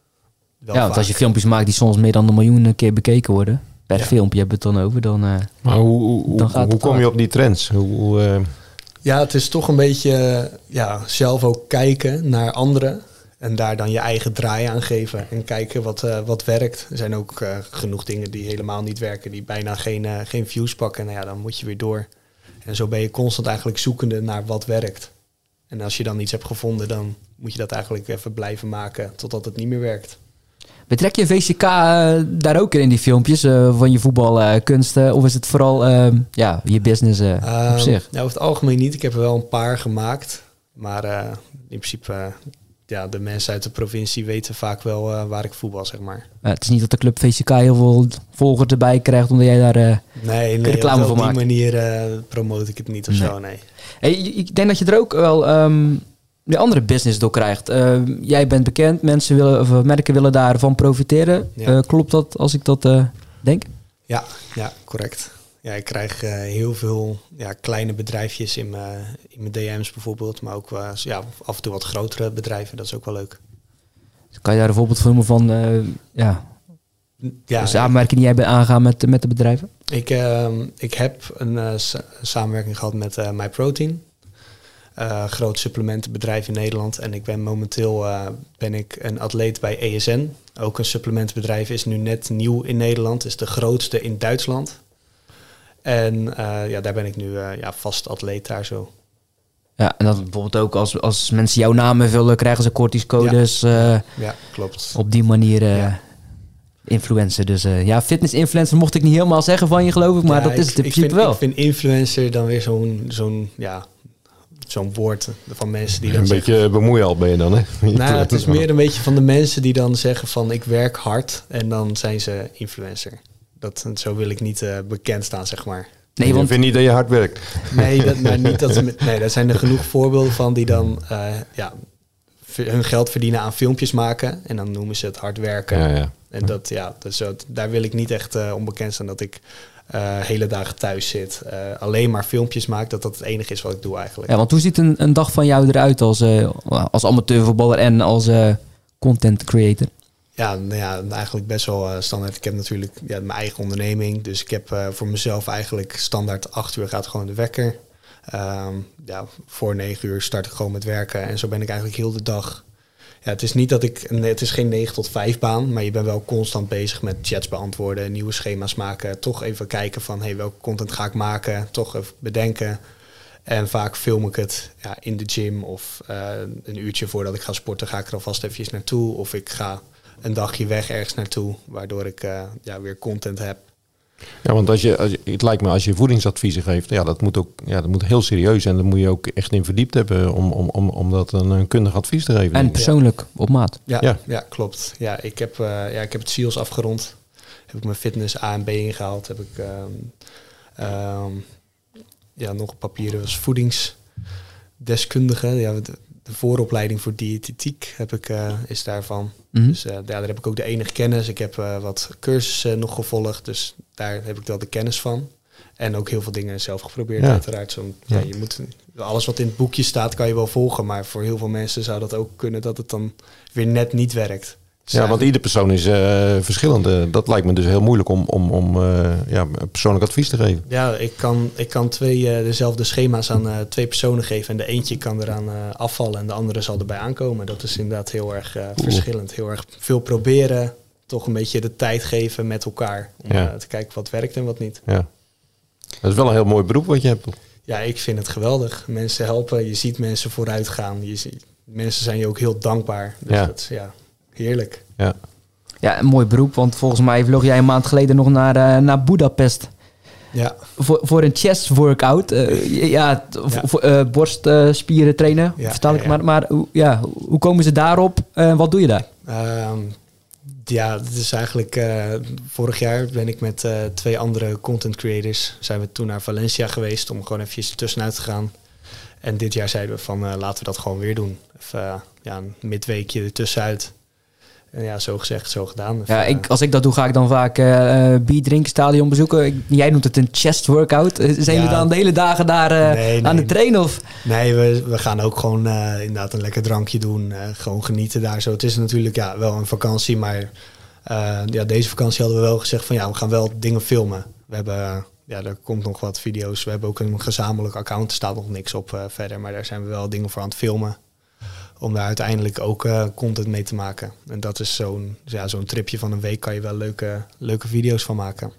wel ja, want als je filmpjes maakt die soms meer dan een miljoen keer bekeken worden, per ja. filmpje heb je het dan over, dan, uh, maar hoe, hoe, dan gaat hoe kom aan. je op die trends? Hoe... Uh... Ja, het is toch een beetje ja, zelf ook kijken naar anderen. En daar dan je eigen draai aan geven. En kijken wat, uh, wat werkt. Er zijn ook uh, genoeg dingen die helemaal niet werken. Die bijna geen, uh, geen views pakken. Nou ja, dan moet je weer door. En zo ben je constant eigenlijk zoekende naar wat werkt. En als je dan iets hebt gevonden, dan moet je dat eigenlijk even blijven maken. Totdat het niet meer werkt. Betrek je V C K uh, daar ook in die filmpjes uh, van je voetbalkunsten? Uh, of is het vooral uh, ja, je business uh, um, op zich? Nou, over het algemeen niet. Ik heb er wel een paar gemaakt. Maar uh, in principe, uh, ja, de mensen uit de provincie weten vaak wel uh, waar ik voetbal, zeg maar. Uh, het is niet dat de club V C K heel veel volgers erbij krijgt, omdat jij daar uh, nee, nee, reclame voor maakt. Op die manier uh, promote ik het niet of nee. zo, nee. Hey, ik denk dat je er ook wel... Um, de andere business door krijgt. Uh, jij bent bekend, mensen willen, of merken willen daarvan profiteren. Ja. Uh, klopt dat als ik dat uh, denk? Ja, ja, correct. Ja, ik krijg uh, heel veel ja, kleine bedrijfjes in mijn, in mijn D M's bijvoorbeeld. Maar ook uh, ja, af en toe wat grotere bedrijven. Dat is ook wel leuk. Kan je daar een voorbeeld van van uh, ja, ja, samenwerking die jij bent aangaan met, met de bedrijven? Ik, uh, ik heb een uh, sa- samenwerking gehad met uh, MyProtein. Uh, groot supplementenbedrijf in Nederland. En ik ben momenteel uh, ben ik een atleet bij E S N. Ook een supplementenbedrijf, is nu net nieuw in Nederland. Is de grootste in Duitsland. En uh, ja, daar ben ik nu uh, ja, vast atleet daar zo. Ja, en dat bijvoorbeeld ook als, als mensen jouw namen vullen, krijgen ze kortingscodes. Ja, uh, ja klopt. Op die manier uh, ja. influencer. Dus uh, ja, fitness influencer mocht ik niet helemaal zeggen van je, geloof ik. Maar ja, dat is het in principe vind, wel. Ik vind influencer dan weer zo'n... zo'n ja, zo'n woord van mensen die dan een zeggen... Een beetje bemoeial ben je dan, hè? Nou, het is meer een beetje van de mensen die dan zeggen van ik werk hard en dan zijn ze influencer. Dat, zo wil ik niet uh, bekend staan, zeg maar. Nee, want... Ik vind niet dat je hard werkt. Nee, dat, maar niet dat, nee, daar zijn er genoeg voorbeelden van die dan uh, ja, hun geld verdienen aan filmpjes maken. En dan noemen ze het hard werken. Ja, ja. En dat, ja, dus, daar wil ik niet echt uh, onbekend staan dat ik... Uh, hele dagen thuis zit, uh, alleen maar filmpjes maak, dat dat het enige is wat ik doe eigenlijk. Ja, want hoe ziet een, een dag van jou eruit als, uh, als amateurvoetballer en als uh, content creator? Ja, nou ja, eigenlijk best wel uh, standaard. Ik heb natuurlijk ja, mijn eigen onderneming, dus ik heb uh, voor mezelf eigenlijk standaard acht uur gaat gewoon de wekker. Um, ja, voor negen uur start ik gewoon met werken en zo ben ik eigenlijk heel de dag. Ja, het is niet dat ik, het is geen negen tot vijf baan, maar je bent wel constant bezig met chats beantwoorden, nieuwe schema's maken, toch even kijken van hey, welke content ga ik maken, toch even bedenken. En vaak film ik het ja, in de gym of uh, een uurtje voordat ik ga sporten ga ik er alvast eventjes naartoe. Of ik ga een dagje weg ergens naartoe, waardoor ik uh, ja, weer content heb. Ja, want als je, als je, het lijkt me als je voedingsadviezen geeft, ja, dat moet ook ja, dat moet heel serieus en daar moet je ook echt in verdiept hebben om, om, om, om dat een, een kundig advies te geven. En persoonlijk, ja. op maat. Ja, ja. ja klopt. Ja, ik heb, uh, ja, ik heb het S E A L S afgerond. Heb ik mijn fitness A en B ingehaald. Heb ik um, um, ja, nog papieren was voedingsdeskundige. Ja, de, de vooropleiding voor diëtetiek heb ik, uh, is daarvan. Mm-hmm. Dus uh, ja, daar heb ik ook de enige kennis. Ik heb uh, wat cursussen uh, nog gevolgd, dus daar heb ik wel de kennis van. En ook heel veel dingen zelf geprobeerd, ja. uiteraard. Zo, ja. Ja, je moet, alles wat in het boekje staat kan je wel volgen, maar voor heel veel mensen zou dat ook kunnen dat het dan weer net niet werkt. Ja, want ieder persoon is uh, verschillend. Uh, dat lijkt me dus heel moeilijk om, om, om uh, ja, persoonlijk advies te geven. Ja, ik kan, ik kan twee uh, dezelfde schema's aan uh, twee personen geven. En de eentje kan eraan uh, afvallen en de andere zal erbij aankomen. Dat is inderdaad heel erg uh, verschillend. Heel erg veel proberen. Toch een beetje de tijd geven met elkaar. Om ja. uh, te kijken wat werkt en wat niet. Ja. Dat is wel een heel mooi beroep wat je hebt. Ja, ik vind het geweldig. Mensen helpen. Je ziet mensen vooruit gaan. Je ziet, mensen zijn je ook heel dankbaar. Dus ja. dat is ja, heerlijk. Ja. Ja, een mooi beroep, want volgens mij vloog jij een maand geleden nog naar, uh, naar Budapest. Ja. Voor, voor een chest workout. Uh, ja, ja. Voor, uh, borstspieren uh, trainen, ja, vertaal ik. Ja, ja. Maar, maar ja, hoe komen ze daarop? Uh, wat doe je daar? Um, ja, het is eigenlijk... Uh, vorig jaar ben ik met uh, twee andere content creators... zijn we toen naar Valencia geweest om gewoon even tussenuit te gaan. En dit jaar zeiden we van uh, laten we dat gewoon weer doen. Even uh, ja, een midweekje ertussenuit. En ja, zo gezegd, zo gedaan. Ja, ik, als ik dat doe, ga ik dan vaak uh, bier drinken, stadion bezoeken. Ik, jij noemt het een chest workout. Zijn ja. jullie dan de hele dagen daar uh, nee, aan nee, het trainen? Of? Nee, we, we gaan ook gewoon uh, inderdaad een lekker drankje doen. Uh, gewoon genieten daar zo. Het is natuurlijk ja, wel een vakantie, maar uh, ja, deze vakantie hadden we wel gezegd van ja, we gaan wel dingen filmen. We hebben, uh, ja, er komt nog wat video's. We hebben ook een gezamenlijk account. Er staat nog niks op uh, verder, maar daar zijn we wel dingen voor aan het filmen. Om daar uiteindelijk ook uh, content mee te maken. En dat is zo'n ja, zo'n tripje van een week kan je wel leuke, leuke video's van maken.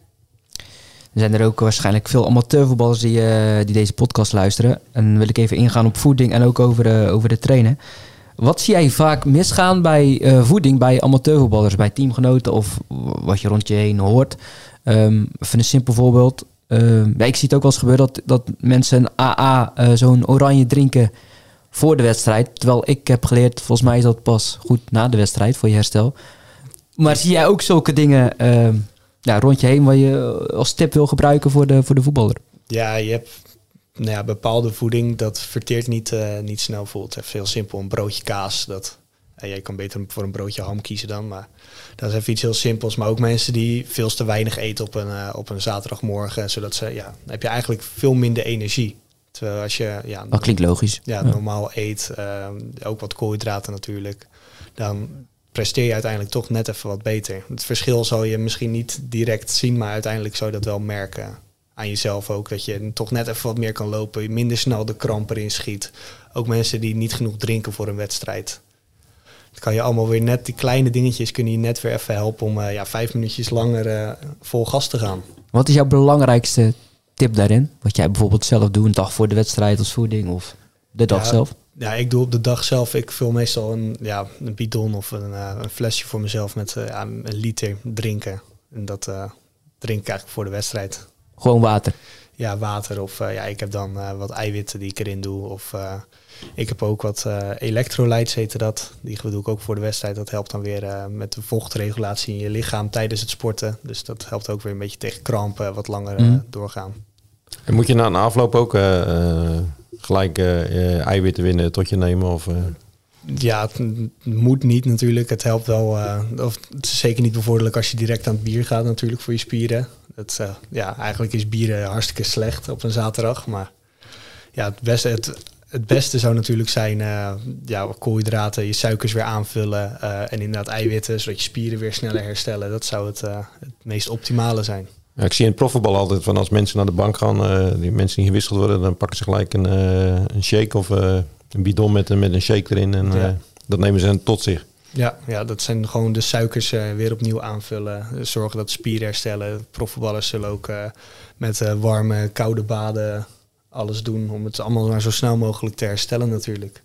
Er zijn er ook waarschijnlijk veel amateurvoetballers die, uh, die deze podcast luisteren. En dan wil ik even ingaan op voeding en ook over de, over de trainen. Wat zie jij vaak misgaan bij uh, voeding bij amateurvoetballers, bij teamgenoten of wat je rond je heen hoort? Um, even een simpel voorbeeld. Uh, ja, ik zie het ook wel eens gebeuren dat, dat mensen een A A, uh, zo'n oranje drinken voor de wedstrijd. Terwijl ik heb geleerd, volgens mij is dat pas goed na de wedstrijd voor je herstel. Maar zie jij ook zulke dingen uh, ja, rond je heen wat je als tip wil gebruiken voor de, voor de voetballer? Ja, je hebt nou ja, bepaalde voeding dat verteert niet, uh, niet snel vol. Het is heel simpel, een broodje kaas. Dat, uh, jij kan beter voor een broodje ham kiezen dan, maar dat is even iets heel simpels. Maar ook mensen die veel te weinig eten op een, uh, op een zaterdagmorgen, zodat ze, ja, dan heb je eigenlijk veel minder energie. Terwijl als je ja, dat klinkt logisch. Ja, normaal eet, uh, ook wat koolhydraten natuurlijk, dan presteer je uiteindelijk toch net even wat beter. Het verschil zal je misschien niet direct zien, maar uiteindelijk zou je dat wel merken aan jezelf ook. Dat je toch net even wat meer kan lopen, minder snel de kramp erin schiet. Ook mensen die niet genoeg drinken voor een wedstrijd. Het kan je allemaal weer net, die kleine dingetjes kunnen je net weer even helpen om uh, ja, vijf minuutjes langer uh, vol gas te gaan. Wat is jouw belangrijkste tip daarin? Wat jij bijvoorbeeld zelf doet, een dag voor de wedstrijd als voeding of de dag ja, zelf? Ja, ik doe op de dag zelf, ik vul meestal een, ja, een bidon of een, uh, een flesje voor mezelf met uh, ja, een liter drinken. En dat uh, drink ik eigenlijk voor de wedstrijd. Gewoon water? Ja, water of uh, ja, ik heb dan uh, wat eiwitten die ik erin doe. Of uh, ik heb ook wat uh, electrolytes, heette dat. Die doe ik ook voor de wedstrijd. Dat helpt dan weer uh, met de vochtregulatie in je lichaam tijdens het sporten. Dus dat helpt ook weer een beetje tegen krampen, wat langer uh, mm. doorgaan. En moet je na een afloop ook uh, uh, gelijk uh, eiwitten winnen tot je nemen? Of, uh... Ja, het moet niet natuurlijk. Het helpt wel. Uh, of het is zeker niet bevorderlijk als je direct aan het bier gaat natuurlijk voor je spieren. Het, uh, ja, eigenlijk is bier hartstikke slecht op een zaterdag. Maar ja, het beste, het, het beste zou natuurlijk zijn uh, ja, koolhydraten, je suikers weer aanvullen uh, en inderdaad eiwitten, zodat je spieren weer sneller herstellen. Dat zou het, uh, het meest optimale zijn. Ja, ik zie in het profvoetbal altijd van als mensen naar de bank gaan, uh, die mensen die gewisseld worden, dan pakken ze gelijk een, uh, een shake of uh, een bidon met, met een shake erin en uh, ja. dat nemen ze tot zich. Ja, ja, dat zijn gewoon de suikers uh, weer opnieuw aanvullen. Zorgen dat spieren herstellen. Profvoetballers zullen ook uh, met uh, warme, koude baden alles doen om het allemaal maar zo snel mogelijk te herstellen natuurlijk.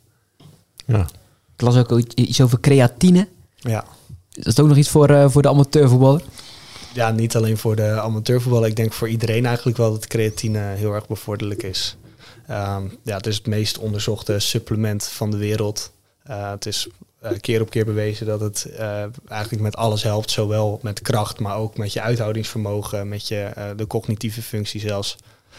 Ja. Ik las ook iets over creatine. Ja. Is dat ook nog iets voor, uh, voor de amateurvoetballer? Ja, niet alleen voor de amateurvoetballer. Ik denk voor iedereen eigenlijk wel dat creatine heel erg bevorderlijk is. Um, ja, het is het meest onderzochte supplement van de wereld. Uh, het is uh, keer op keer bewezen dat het uh, eigenlijk met alles helpt. Zowel met kracht, maar ook met je uithoudingsvermogen, met je, uh, de cognitieve functie zelfs.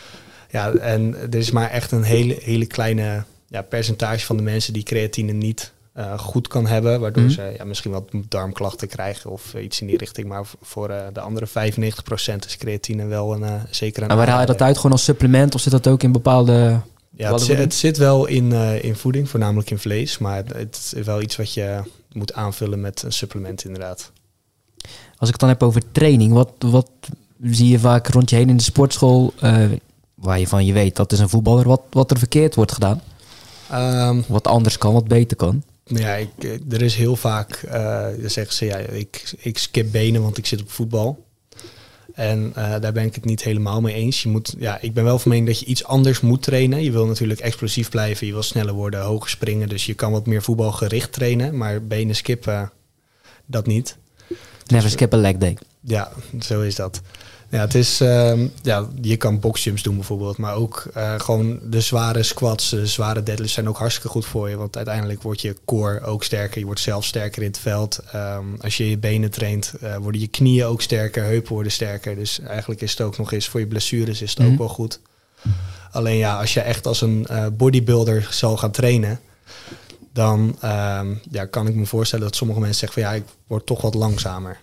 Ja, en er is maar echt een hele, hele kleine ja, percentage van de mensen die creatine niet uh, goed kan hebben. Waardoor mm. ze ja, misschien wat darmklachten krijgen of uh, iets in die richting. Maar voor uh, de andere vijfennegentig procent is creatine wel een uh, zeker een... En waar haal je dat uit? Gewoon als supplement of zit dat ook in bepaalde... Ja, het zit, het zit wel in, uh, in voeding, voornamelijk in vlees. Maar het is wel iets wat je moet aanvullen met een supplement inderdaad. Als ik het dan heb over training, wat, wat zie je vaak rond je heen in de sportschool, uh, waar je van je weet dat is een voetballer, wat, wat er verkeerd wordt gedaan? Um, wat anders kan, wat beter kan? Ja, ik, er is heel vaak, uh, dan zeggen ze, ja, ik, ik skip benen, want ik zit op voetbal. En uh, daar ben ik het niet helemaal mee eens. Je moet, ja, ik ben wel van mening dat je iets anders moet trainen. Je wil natuurlijk explosief blijven, je wil sneller worden, hoger springen. Dus je kan wat meer voetbalgericht trainen, maar benen skippen, dat niet. Never dus, skip a leg day. Ja, zo is dat. Ja, het is, uh, ja, je kan boxjumps doen bijvoorbeeld, maar ook uh, gewoon de zware squats, de zware deadlifts zijn ook hartstikke goed voor je. Want uiteindelijk wordt je core ook sterker, je wordt zelf sterker in het veld. Um, als je je benen traint, uh, worden je knieën ook sterker, heupen worden sterker. Dus eigenlijk is het ook nog eens, voor je blessures is het mm. ook wel goed. Alleen ja, als je echt als een uh, bodybuilder zal gaan trainen, dan um, ja, kan ik me voorstellen dat sommige mensen zeggen van ja, ik word toch wat langzamer.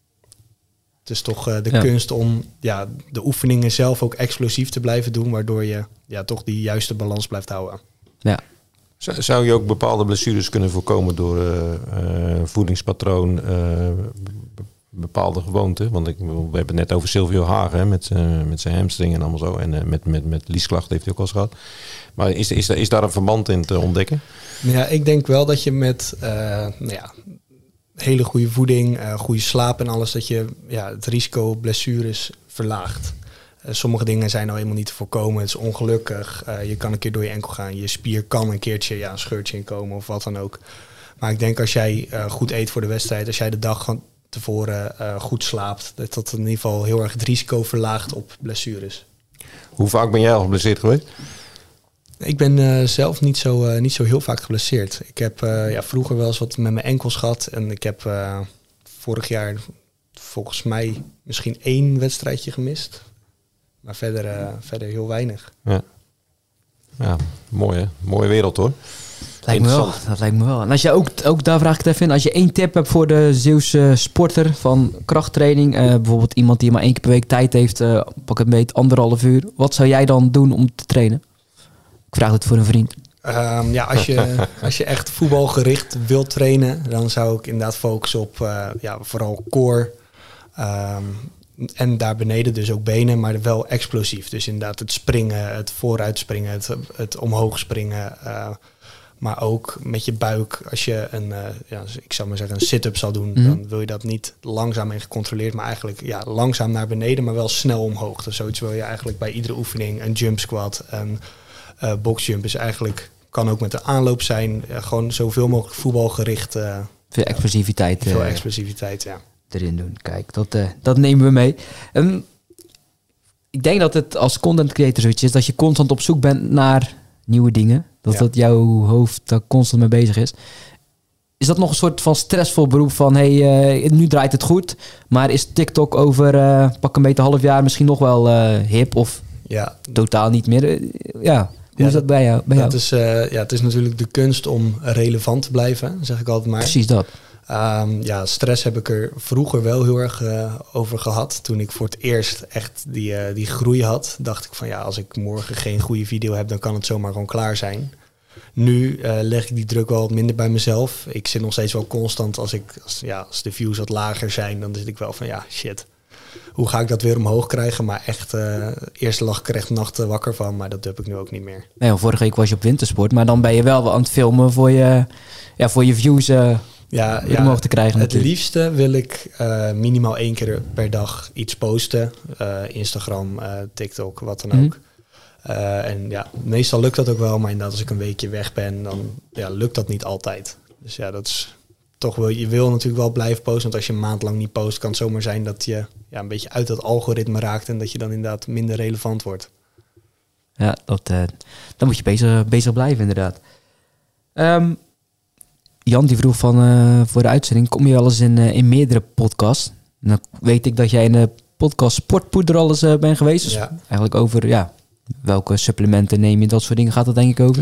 Het is toch uh, de ja. kunst om ja, de oefeningen zelf ook explosief te blijven doen, waardoor je ja, toch die juiste balans blijft houden. Ja. Zou je ook bepaalde blessures kunnen voorkomen door uh, uh, voedingspatroon, uh, bepaalde gewoonten? Want ik, we hebben het net over Silvio Hagen, hè, met, uh, met zijn hamstring en allemaal zo. En uh, met, met, met liesklachten heeft hij ook al eens gehad. Maar is, is, is daar een verband in te ontdekken? Ja, ik denk wel dat je met uh, nou ja, hele goede voeding, uh, goede slaap en alles, dat je ja, het risico op blessures verlaagt. Uh, sommige dingen zijn nou helemaal niet te voorkomen. Het is ongelukkig. Uh, je kan een keer door je enkel gaan. Je spier kan een keertje ja, een scheurtje inkomen of wat dan ook. Maar ik denk als jij uh, goed eet voor de wedstrijd, als jij de dag van tevoren uh, goed slaapt, dat dat in ieder geval heel erg het risico verlaagt op blessures. Hoe vaak ben jij al geblesseerd geweest? Ik ben uh, zelf niet zo, uh, niet zo heel vaak geblesseerd. Ik heb uh, ja, vroeger wel eens wat met mijn enkels gehad. En ik heb uh, vorig jaar volgens mij misschien één wedstrijdje gemist. Maar verder, uh, verder heel weinig. Ja, ja mooi hè. Mooie wereld hoor. Lijkt me wel, dat lijkt me wel. En als je ook, ook daar vraag ik het even in. Als je één tip hebt voor de Zeeuwse sporter van krachttraining. Uh, bijvoorbeeld iemand die maar één keer per week tijd heeft. Uh, pak het beet anderhalf uur. Wat zou jij dan doen om te trainen? Ik vraag het voor een vriend. Um, ja, als je, als je echt voetbalgericht wilt trainen, dan zou ik inderdaad focussen op uh, ja, vooral core. Um, en daar beneden dus ook benen, maar wel explosief. Dus inderdaad het springen, het vooruitspringen, het, het omhoog springen. Uh, maar ook met je buik, als je een, uh, ja, ik zou maar zeggen een sit-up zal doen, mm. dan wil je dat niet langzaam en gecontroleerd, maar eigenlijk ja, langzaam naar beneden, maar wel snel omhoog. Dus zoiets wil je eigenlijk bij iedere oefening, een jump squat, een uh, boxjump is eigenlijk, kan ook met de aanloop zijn, uh, gewoon zoveel mogelijk voetbalgericht. Uh, veel explosiviteit. Veel uh, explosiviteit, ja. Erin doen. Kijk, dat, uh, dat nemen we mee. Um, ik denk dat het als content creator zoiets is, dat je constant op zoek bent naar nieuwe dingen. Dat ja. dat jouw hoofd daar constant mee bezig is. Is dat nog een soort van stressvol beroep van, hey, uh, nu draait het goed, maar is TikTok over uh, pak een beetje half jaar misschien nog wel uh, hip of ja. totaal niet meer? Uh, ja, hoe ja, is dat bij jou? Bij dat jou? Is, uh, ja, het is natuurlijk de kunst om relevant te blijven, zeg ik altijd maar. Precies dat. Um, ja, stress heb ik er vroeger wel heel erg uh, over gehad. Toen ik voor het eerst echt die, uh, die groei had, dacht ik van ja, als ik morgen geen goede video heb, dan kan het zomaar gewoon klaar zijn. Nu uh, leg ik die druk wel wat minder bij mezelf. Ik zit nog steeds wel constant, als, ik, als, ja, als de views wat lager zijn, dan zit ik wel van ja, shit. Hoe ga ik dat weer omhoog krijgen? Maar echt, uh, eerst lag ik er echt nachten wakker van, maar dat heb ik nu ook niet meer. Nee, vorige week was je op wintersport, maar dan ben je wel aan het filmen voor je, ja, voor je views uh, ja, ja, omhoog te krijgen. Het natuurlijk. liefste wil ik uh, minimaal één keer per dag iets posten. Uh, Instagram, uh, TikTok, wat dan ook. Mm-hmm. Uh, en ja, meestal lukt dat ook wel, maar inderdaad als ik een weekje weg ben, dan ja, lukt dat niet altijd. Dus ja, dat is toch wel, je wil natuurlijk wel blijven posten, want als je een maand lang niet post, kan het zomaar zijn dat je ja, een beetje uit dat algoritme raakt en dat je dan inderdaad minder relevant wordt. Ja, dat, uh, dan moet je bezig, bezig blijven inderdaad. Um, Jan die vroeg van uh, voor de uitzending, kom je wel eens in, uh, in meerdere podcasts? Dan weet ik dat jij in de podcast Sportpoeder al eens uh, bent geweest. Dus ja. Eigenlijk over ja, welke supplementen neem je, dat soort dingen gaat het denk ik over?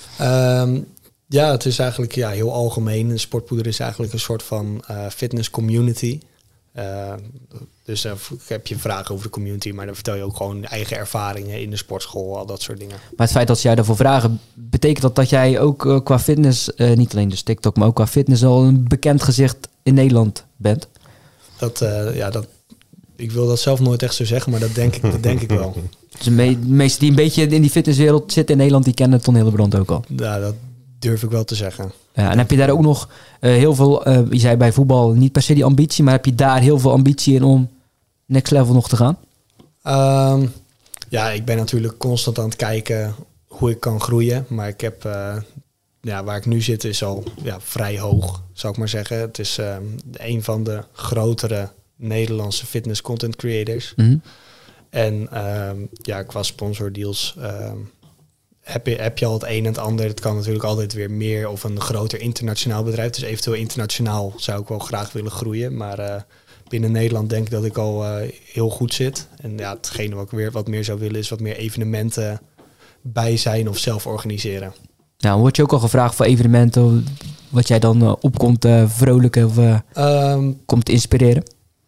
Um, ja, het is eigenlijk ja, heel algemeen. Sportpoeder is eigenlijk een soort van uh, fitness community. Uh, dus dan uh, heb je vragen over de community, maar dan vertel je ook gewoon eigen ervaringen in de sportschool, al dat soort dingen. Maar het feit dat ze jou daarvoor vragen, betekent dat dat jij ook uh, qua fitness, uh, niet alleen dus TikTok, maar ook qua fitness al een bekend gezicht in Nederland bent? Dat, uh, ja, dat, ik wil dat zelf nooit echt zo zeggen, maar dat denk ik, dat denk ik wel. Dus de me- meesten die een beetje in die fitnesswereld zitten in Nederland, die kennen Ton Hildebrand ook al. Ja, dat durf ik wel te zeggen. Ja, en heb je daar ook nog uh, heel veel, uh, je zei bij voetbal niet per se die ambitie, maar heb je daar heel veel ambitie in om next level nog te gaan? Um, ja, ik ben natuurlijk constant aan het kijken hoe ik kan groeien, maar ik heb, uh, ja, waar ik nu zit is al ja, vrij hoog, zou ik maar zeggen. Het is uh, een van de grotere Nederlandse fitness content creators. Mm-hmm. En um, ja, qua sponsordeals um, heb je, heb je al het een en het ander. Het kan natuurlijk altijd weer meer of een groter internationaal bedrijf. Dus eventueel internationaal zou ik wel graag willen groeien. Maar uh, binnen Nederland denk ik dat ik al uh, heel goed zit. En ja, hetgene wat ik weer wat meer zou willen is wat meer evenementen bij zijn of zelf organiseren. Nou, word je ook al gevraagd voor evenementen wat jij dan uh, opkomt uh, vrolijken of uh, um, komt inspireren?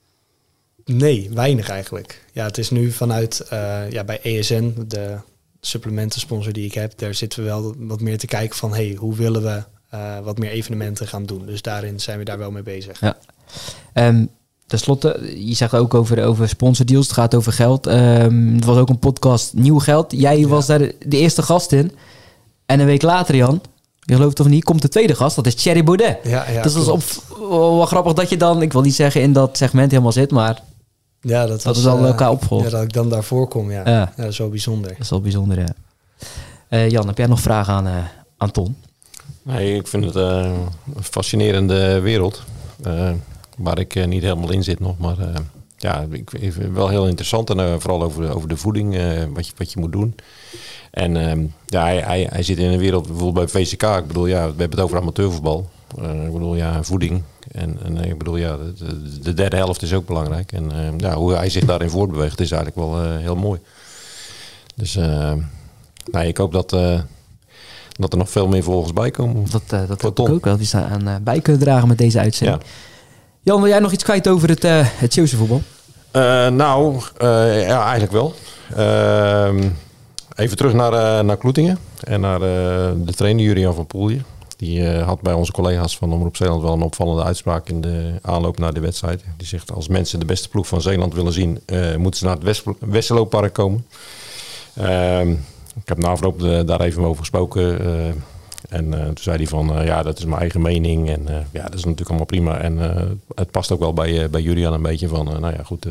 Nee, weinig eigenlijk. Ja, het is nu vanuit uh, ja, bij E S N, de supplementensponsor die ik heb, daar zitten we wel wat meer te kijken van hey, hoe willen we uh, wat meer evenementen gaan doen. Dus daarin zijn we daar wel mee bezig. Ja. Um, ten slotte, je zegt ook over, over sponsordeals, het gaat over geld. Um, het was ook een podcast Nieuw Geld. Jij ja. was daar de, de eerste gast in. En een week later, Jan, je gelooft of niet, komt de tweede gast. Dat is Thierry Baudet. Ja, ja, dus dat is op, oh, wel grappig dat je dan, ik wil niet zeggen in dat segment helemaal zit, maar ja, dat, dat was, is al uh, elkaar opgevolgd. Ja, dat ik dan daarvoor kom, ja. ja. ja. Dat is wel bijzonder. Dat is wel bijzonder, ja. Uh, Jan, heb jij nog vragen aan, uh, aan Ton? Nee, ik vind het uh, een fascinerende wereld. Uh, waar ik uh, niet helemaal in zit nog. Maar uh, ja, ik vind het wel heel interessant. En uh, vooral over, over de voeding, uh, wat, je, wat je moet doen. En uh, ja, hij, hij, hij zit in een wereld, bijvoorbeeld bij V C K. Ik bedoel, ja, we hebben het over amateurvoetbal. Uh, ik bedoel, ja, voeding. En, en ik bedoel, ja, de, de derde helft is ook belangrijk. En uh, ja, hoe hij zich daarin voortbeweegt is eigenlijk wel uh, heel mooi. Dus uh, nou, ik hoop dat, uh, dat er nog veel meer volgers bij komen. Dat, uh, dat hoop ik ook wel. Die staan aan uh, bij kunnen dragen met deze uitzending. Ja. Jan, wil jij nog iets kwijt over het, uh, het Zeeuwse voetbal? Uh, nou, uh, ja, eigenlijk wel. Uh, even terug naar, uh, naar Kloetingen en naar uh, de trainer Jurian van Poelje. Die uh, had bij onze collega's van Omroep Zeeland wel een opvallende uitspraak in de aanloop naar de wedstrijd. Die zegt, als mensen de beste ploeg van Zeeland willen zien, uh, moeten ze naar het West- Westerlooppark komen. Uh, ik heb na afloop de, daar even over gesproken. Uh, en uh, toen zei hij van, uh, ja, dat is mijn eigen mening. En uh, ja, dat is natuurlijk allemaal prima. En uh, het past ook wel bij, uh, bij Julian een beetje van, uh, nou ja, goed.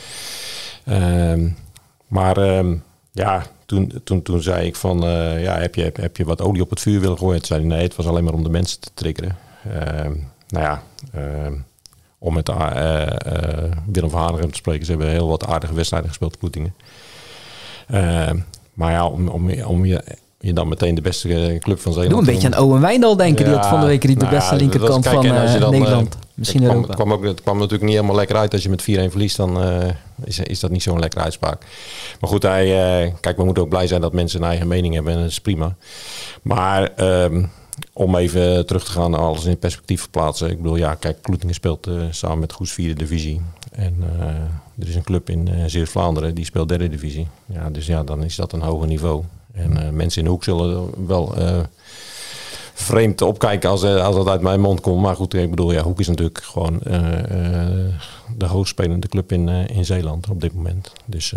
Uh, uh, maar uh, ja, toen, toen, toen zei ik van, uh, ja, heb je, heb, heb je wat olie op het vuur willen gooien? Toen zei hij, nee, het was alleen maar om de mensen te triggeren. Uh, nou ja, uh, om met uh, uh, Willem van Hanegem te spreken. Ze hebben heel wat aardige wedstrijden gespeeld, Kloetingen. Uh, maar ja, om, om, om je, je dan meteen de beste club van Zeeland... Doe een beetje aan Owen Wijndal denken, ja, die had van de week niet de nou beste ja, linkerkant van uh, dan, Nederland. Uh, Misschien het Europa. kwam, het, kwam ook, het kwam natuurlijk niet helemaal lekker uit. Als je met vier-een verliest, dan uh, is, is dat niet zo'n lekkere uitspraak. Maar goed, hij, uh, kijk, we moeten ook blij zijn dat mensen een eigen mening hebben. En dat is prima. Maar um, om even terug te gaan naar alles in perspectief verplaatsen. Ik bedoel, ja, kijk, Kloetingen speelt uh, samen met Goes vierde divisie. En uh, er is een club in uh, Zeeuws-Vlaanderen, die speelt derde divisie. Ja, dus ja, dan is dat een hoger niveau. En uh, mensen in de hoek zullen wel uh, vreemd opkijken als, uh, als dat uit mijn mond komt. Maar goed, ik bedoel, ja, Hoek is natuurlijk gewoon uh, uh, de hoogspelende club in, uh, in Zeeland op dit moment. Dus, uh,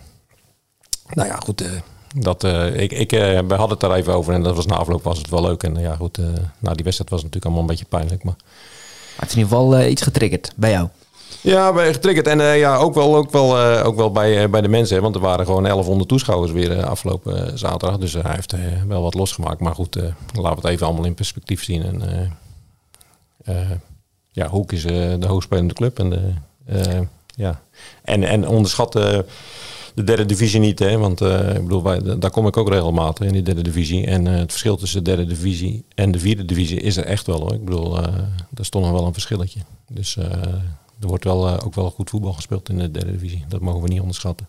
nou ja, goed. Uh, dat, uh, ik, ik, uh, we hadden het daar even over en dat was na afloop was het wel leuk. En uh, ja, goed, uh, na die wedstrijd was het natuurlijk allemaal een beetje pijnlijk. Maar, maar het is in ieder geval uh, iets getriggerd bij jou. Ja, bij getriggerd. En uh, ja, ook wel, ook wel, uh, ook wel bij, uh, bij de mensen. Hè, want er waren gewoon elfhonderd toeschouwers weer uh, afgelopen uh, zaterdag. Dus uh, hij heeft uh, wel wat losgemaakt. Maar goed, uh, laten we het even allemaal in perspectief zien. En, uh, uh, ja, Hoek is uh, de hoogspelende club. En, de, uh, ja. en, en onderschat uh, de derde divisie niet. Hè, want uh, ik bedoel, wij, daar kom ik ook regelmatig in die derde divisie. En uh, het verschil tussen de derde divisie en de vierde divisie is er echt wel. Hoor. Ik bedoel, uh, daar stond nog wel een verschilletje. Dus... Uh, Er wordt wel, uh, ook wel goed voetbal gespeeld in de derde divisie. Dat mogen we niet onderschatten.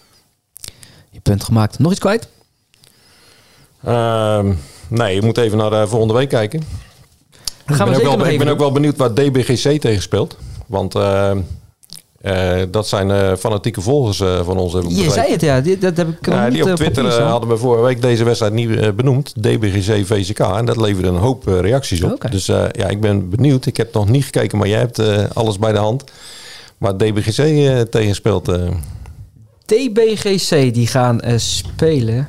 Je punt gemaakt. Nog iets kwijt? Uh, nee, je moet even naar uh, volgende week kijken. Dan gaan ik ben, we ook, wel, nog ik ben even ook wel benieuwd waar D B G C tegen speelt. Want uh, Uh, dat zijn uh, fanatieke volgers uh, van ons. Hebben Je zei het, ja. Die, dat heb ik uh, niet Die op Twitter uh, hadden we vorige week deze wedstrijd niet uh, benoemd. D B G C V C K. En dat leverde een hoop uh, reacties op. Okay. Dus uh, ja, ik ben benieuwd. Ik heb nog niet gekeken, maar jij hebt uh, alles bij de hand. Maar D B G C uh, tegenspeelt... Uh... D B G C die gaan uh, spelen...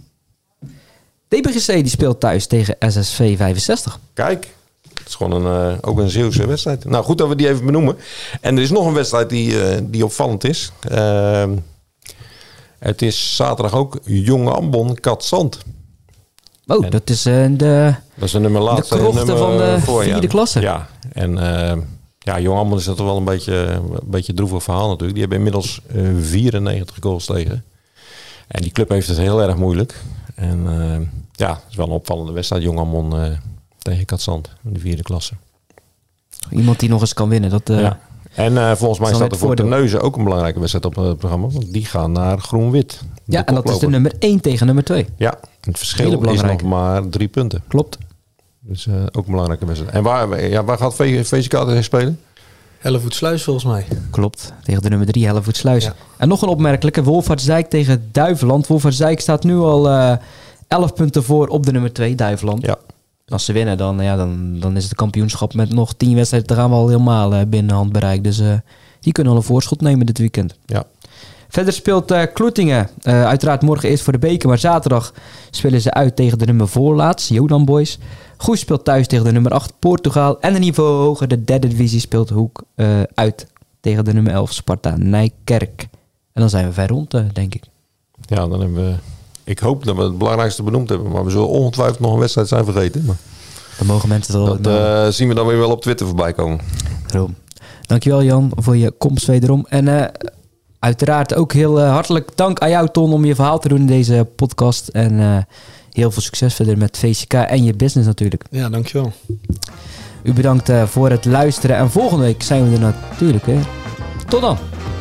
D B G C die speelt thuis tegen S S V vijfenzestig. Kijk... Het is gewoon een, uh, ook een Zeeuwse wedstrijd. Nou, goed dat we die even benoemen. En er is nog een wedstrijd die, uh, die opvallend is. Uh, het is zaterdag ook Jong Ambon Katzand. Oh, en dat is uh, de, dat is de nummer laatste. De krochten nummer van de voor, vierde ja. klasse. Ja, en uh, ja, Jong Ambon is dat wel een beetje een beetje droevig verhaal natuurlijk. Die hebben inmiddels uh, vierennegentig goals tegen. En die club heeft het heel erg moeilijk. En uh, ja, het is wel een opvallende wedstrijd. Jong Ambon... Uh, tegen Katzand in de vierde klasse. Iemand die nog eens kan winnen. Dat, uh, ja. En uh, volgens mij staat er voor Terneuzen ook een belangrijke wedstrijd op het programma. Want die gaan naar Groen-Wit. Ja, en dat is de nummer één tegen nummer twee. Ja, het verschil is nog maar drie punten. Klopt. Dus uh, ook een belangrijke wedstrijd. En waar, ja, waar gaat V C K tegen spelen? Hellevoetsluis volgens mij. Klopt, tegen de nummer drie Hellevoetsluis. Ja. En nog een opmerkelijke, Wolvaartsdijk tegen Duiveland. Wolvaartsdijk staat nu al uh, elf punten voor op de nummer twee, Duiveland. Ja. Als ze winnen, dan, ja, dan, dan is het kampioenschap met nog tien wedstrijden te gaan we al helemaal uh, binnen handbereik. Dus uh, die kunnen al een voorschot nemen dit weekend. Ja. Verder speelt uh, Kloetingen. Uh, uiteraard morgen eerst voor de beker, maar zaterdag spelen ze uit tegen de nummer voorlaatst, Jodan Boys. Goes speelt thuis tegen de nummer acht, Portugal. En een niveau hoger, de derde divisie, speelt Hoek uh, uit tegen de nummer elf, Sparta Nijkerk. En dan zijn we ver rond, uh, denk ik. Ja, dan hebben we... Ik hoop dat we het belangrijkste benoemd hebben. Maar we zullen ongetwijfeld nog een wedstrijd zijn vergeten. Maar dan mogen mensen er dat uh, zien we dan weer wel op Twitter voorbij komen. Daarom. Dankjewel Jan voor je komst wederom. En uh, uiteraard ook heel uh, hartelijk dank aan jou Ton om je verhaal te doen in deze podcast. En uh, heel veel succes verder met V C K en je business natuurlijk. Ja, dankjewel. U bedankt uh, voor het luisteren. En volgende week zijn we er natuurlijk weer. Tot dan.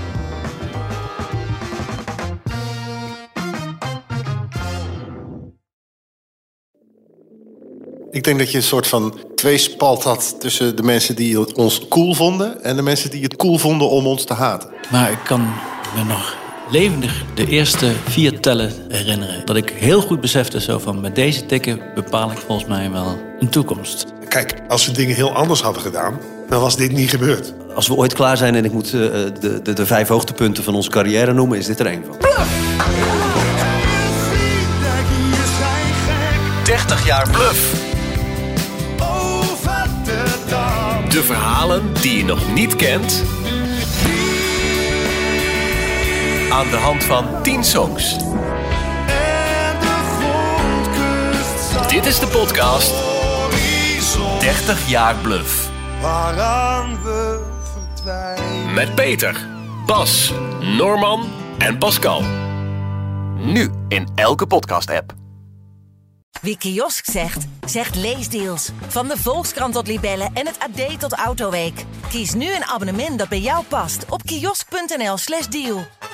Ik denk dat je een soort van tweespalt had tussen de mensen die ons cool vonden en de mensen die het cool vonden om ons te haten. Maar ik kan me nog levendig de eerste vier tellen herinneren. Dat ik heel goed besefte zo van met deze tikken bepaal ik volgens mij wel een toekomst. Kijk, als we dingen heel anders hadden gedaan, dan was dit niet gebeurd. Als we ooit klaar zijn en ik moet uh, de, de, de vijf hoogtepunten van onze carrière noemen, is dit er één van. dertig jaar Bluff. De verhalen die je nog niet kent. Aan de hand van tien songs. Dit is de podcast dertig jaar Bluff. Met Peter, Bas, Norman en Pascal. Nu in elke podcast-app. Wie kiosk zegt, zegt leesdeals. Van de Volkskrant tot Libellen en het A D tot Autoweek. Kies nu een abonnement dat bij jou past op kiosk punt n l slash deal.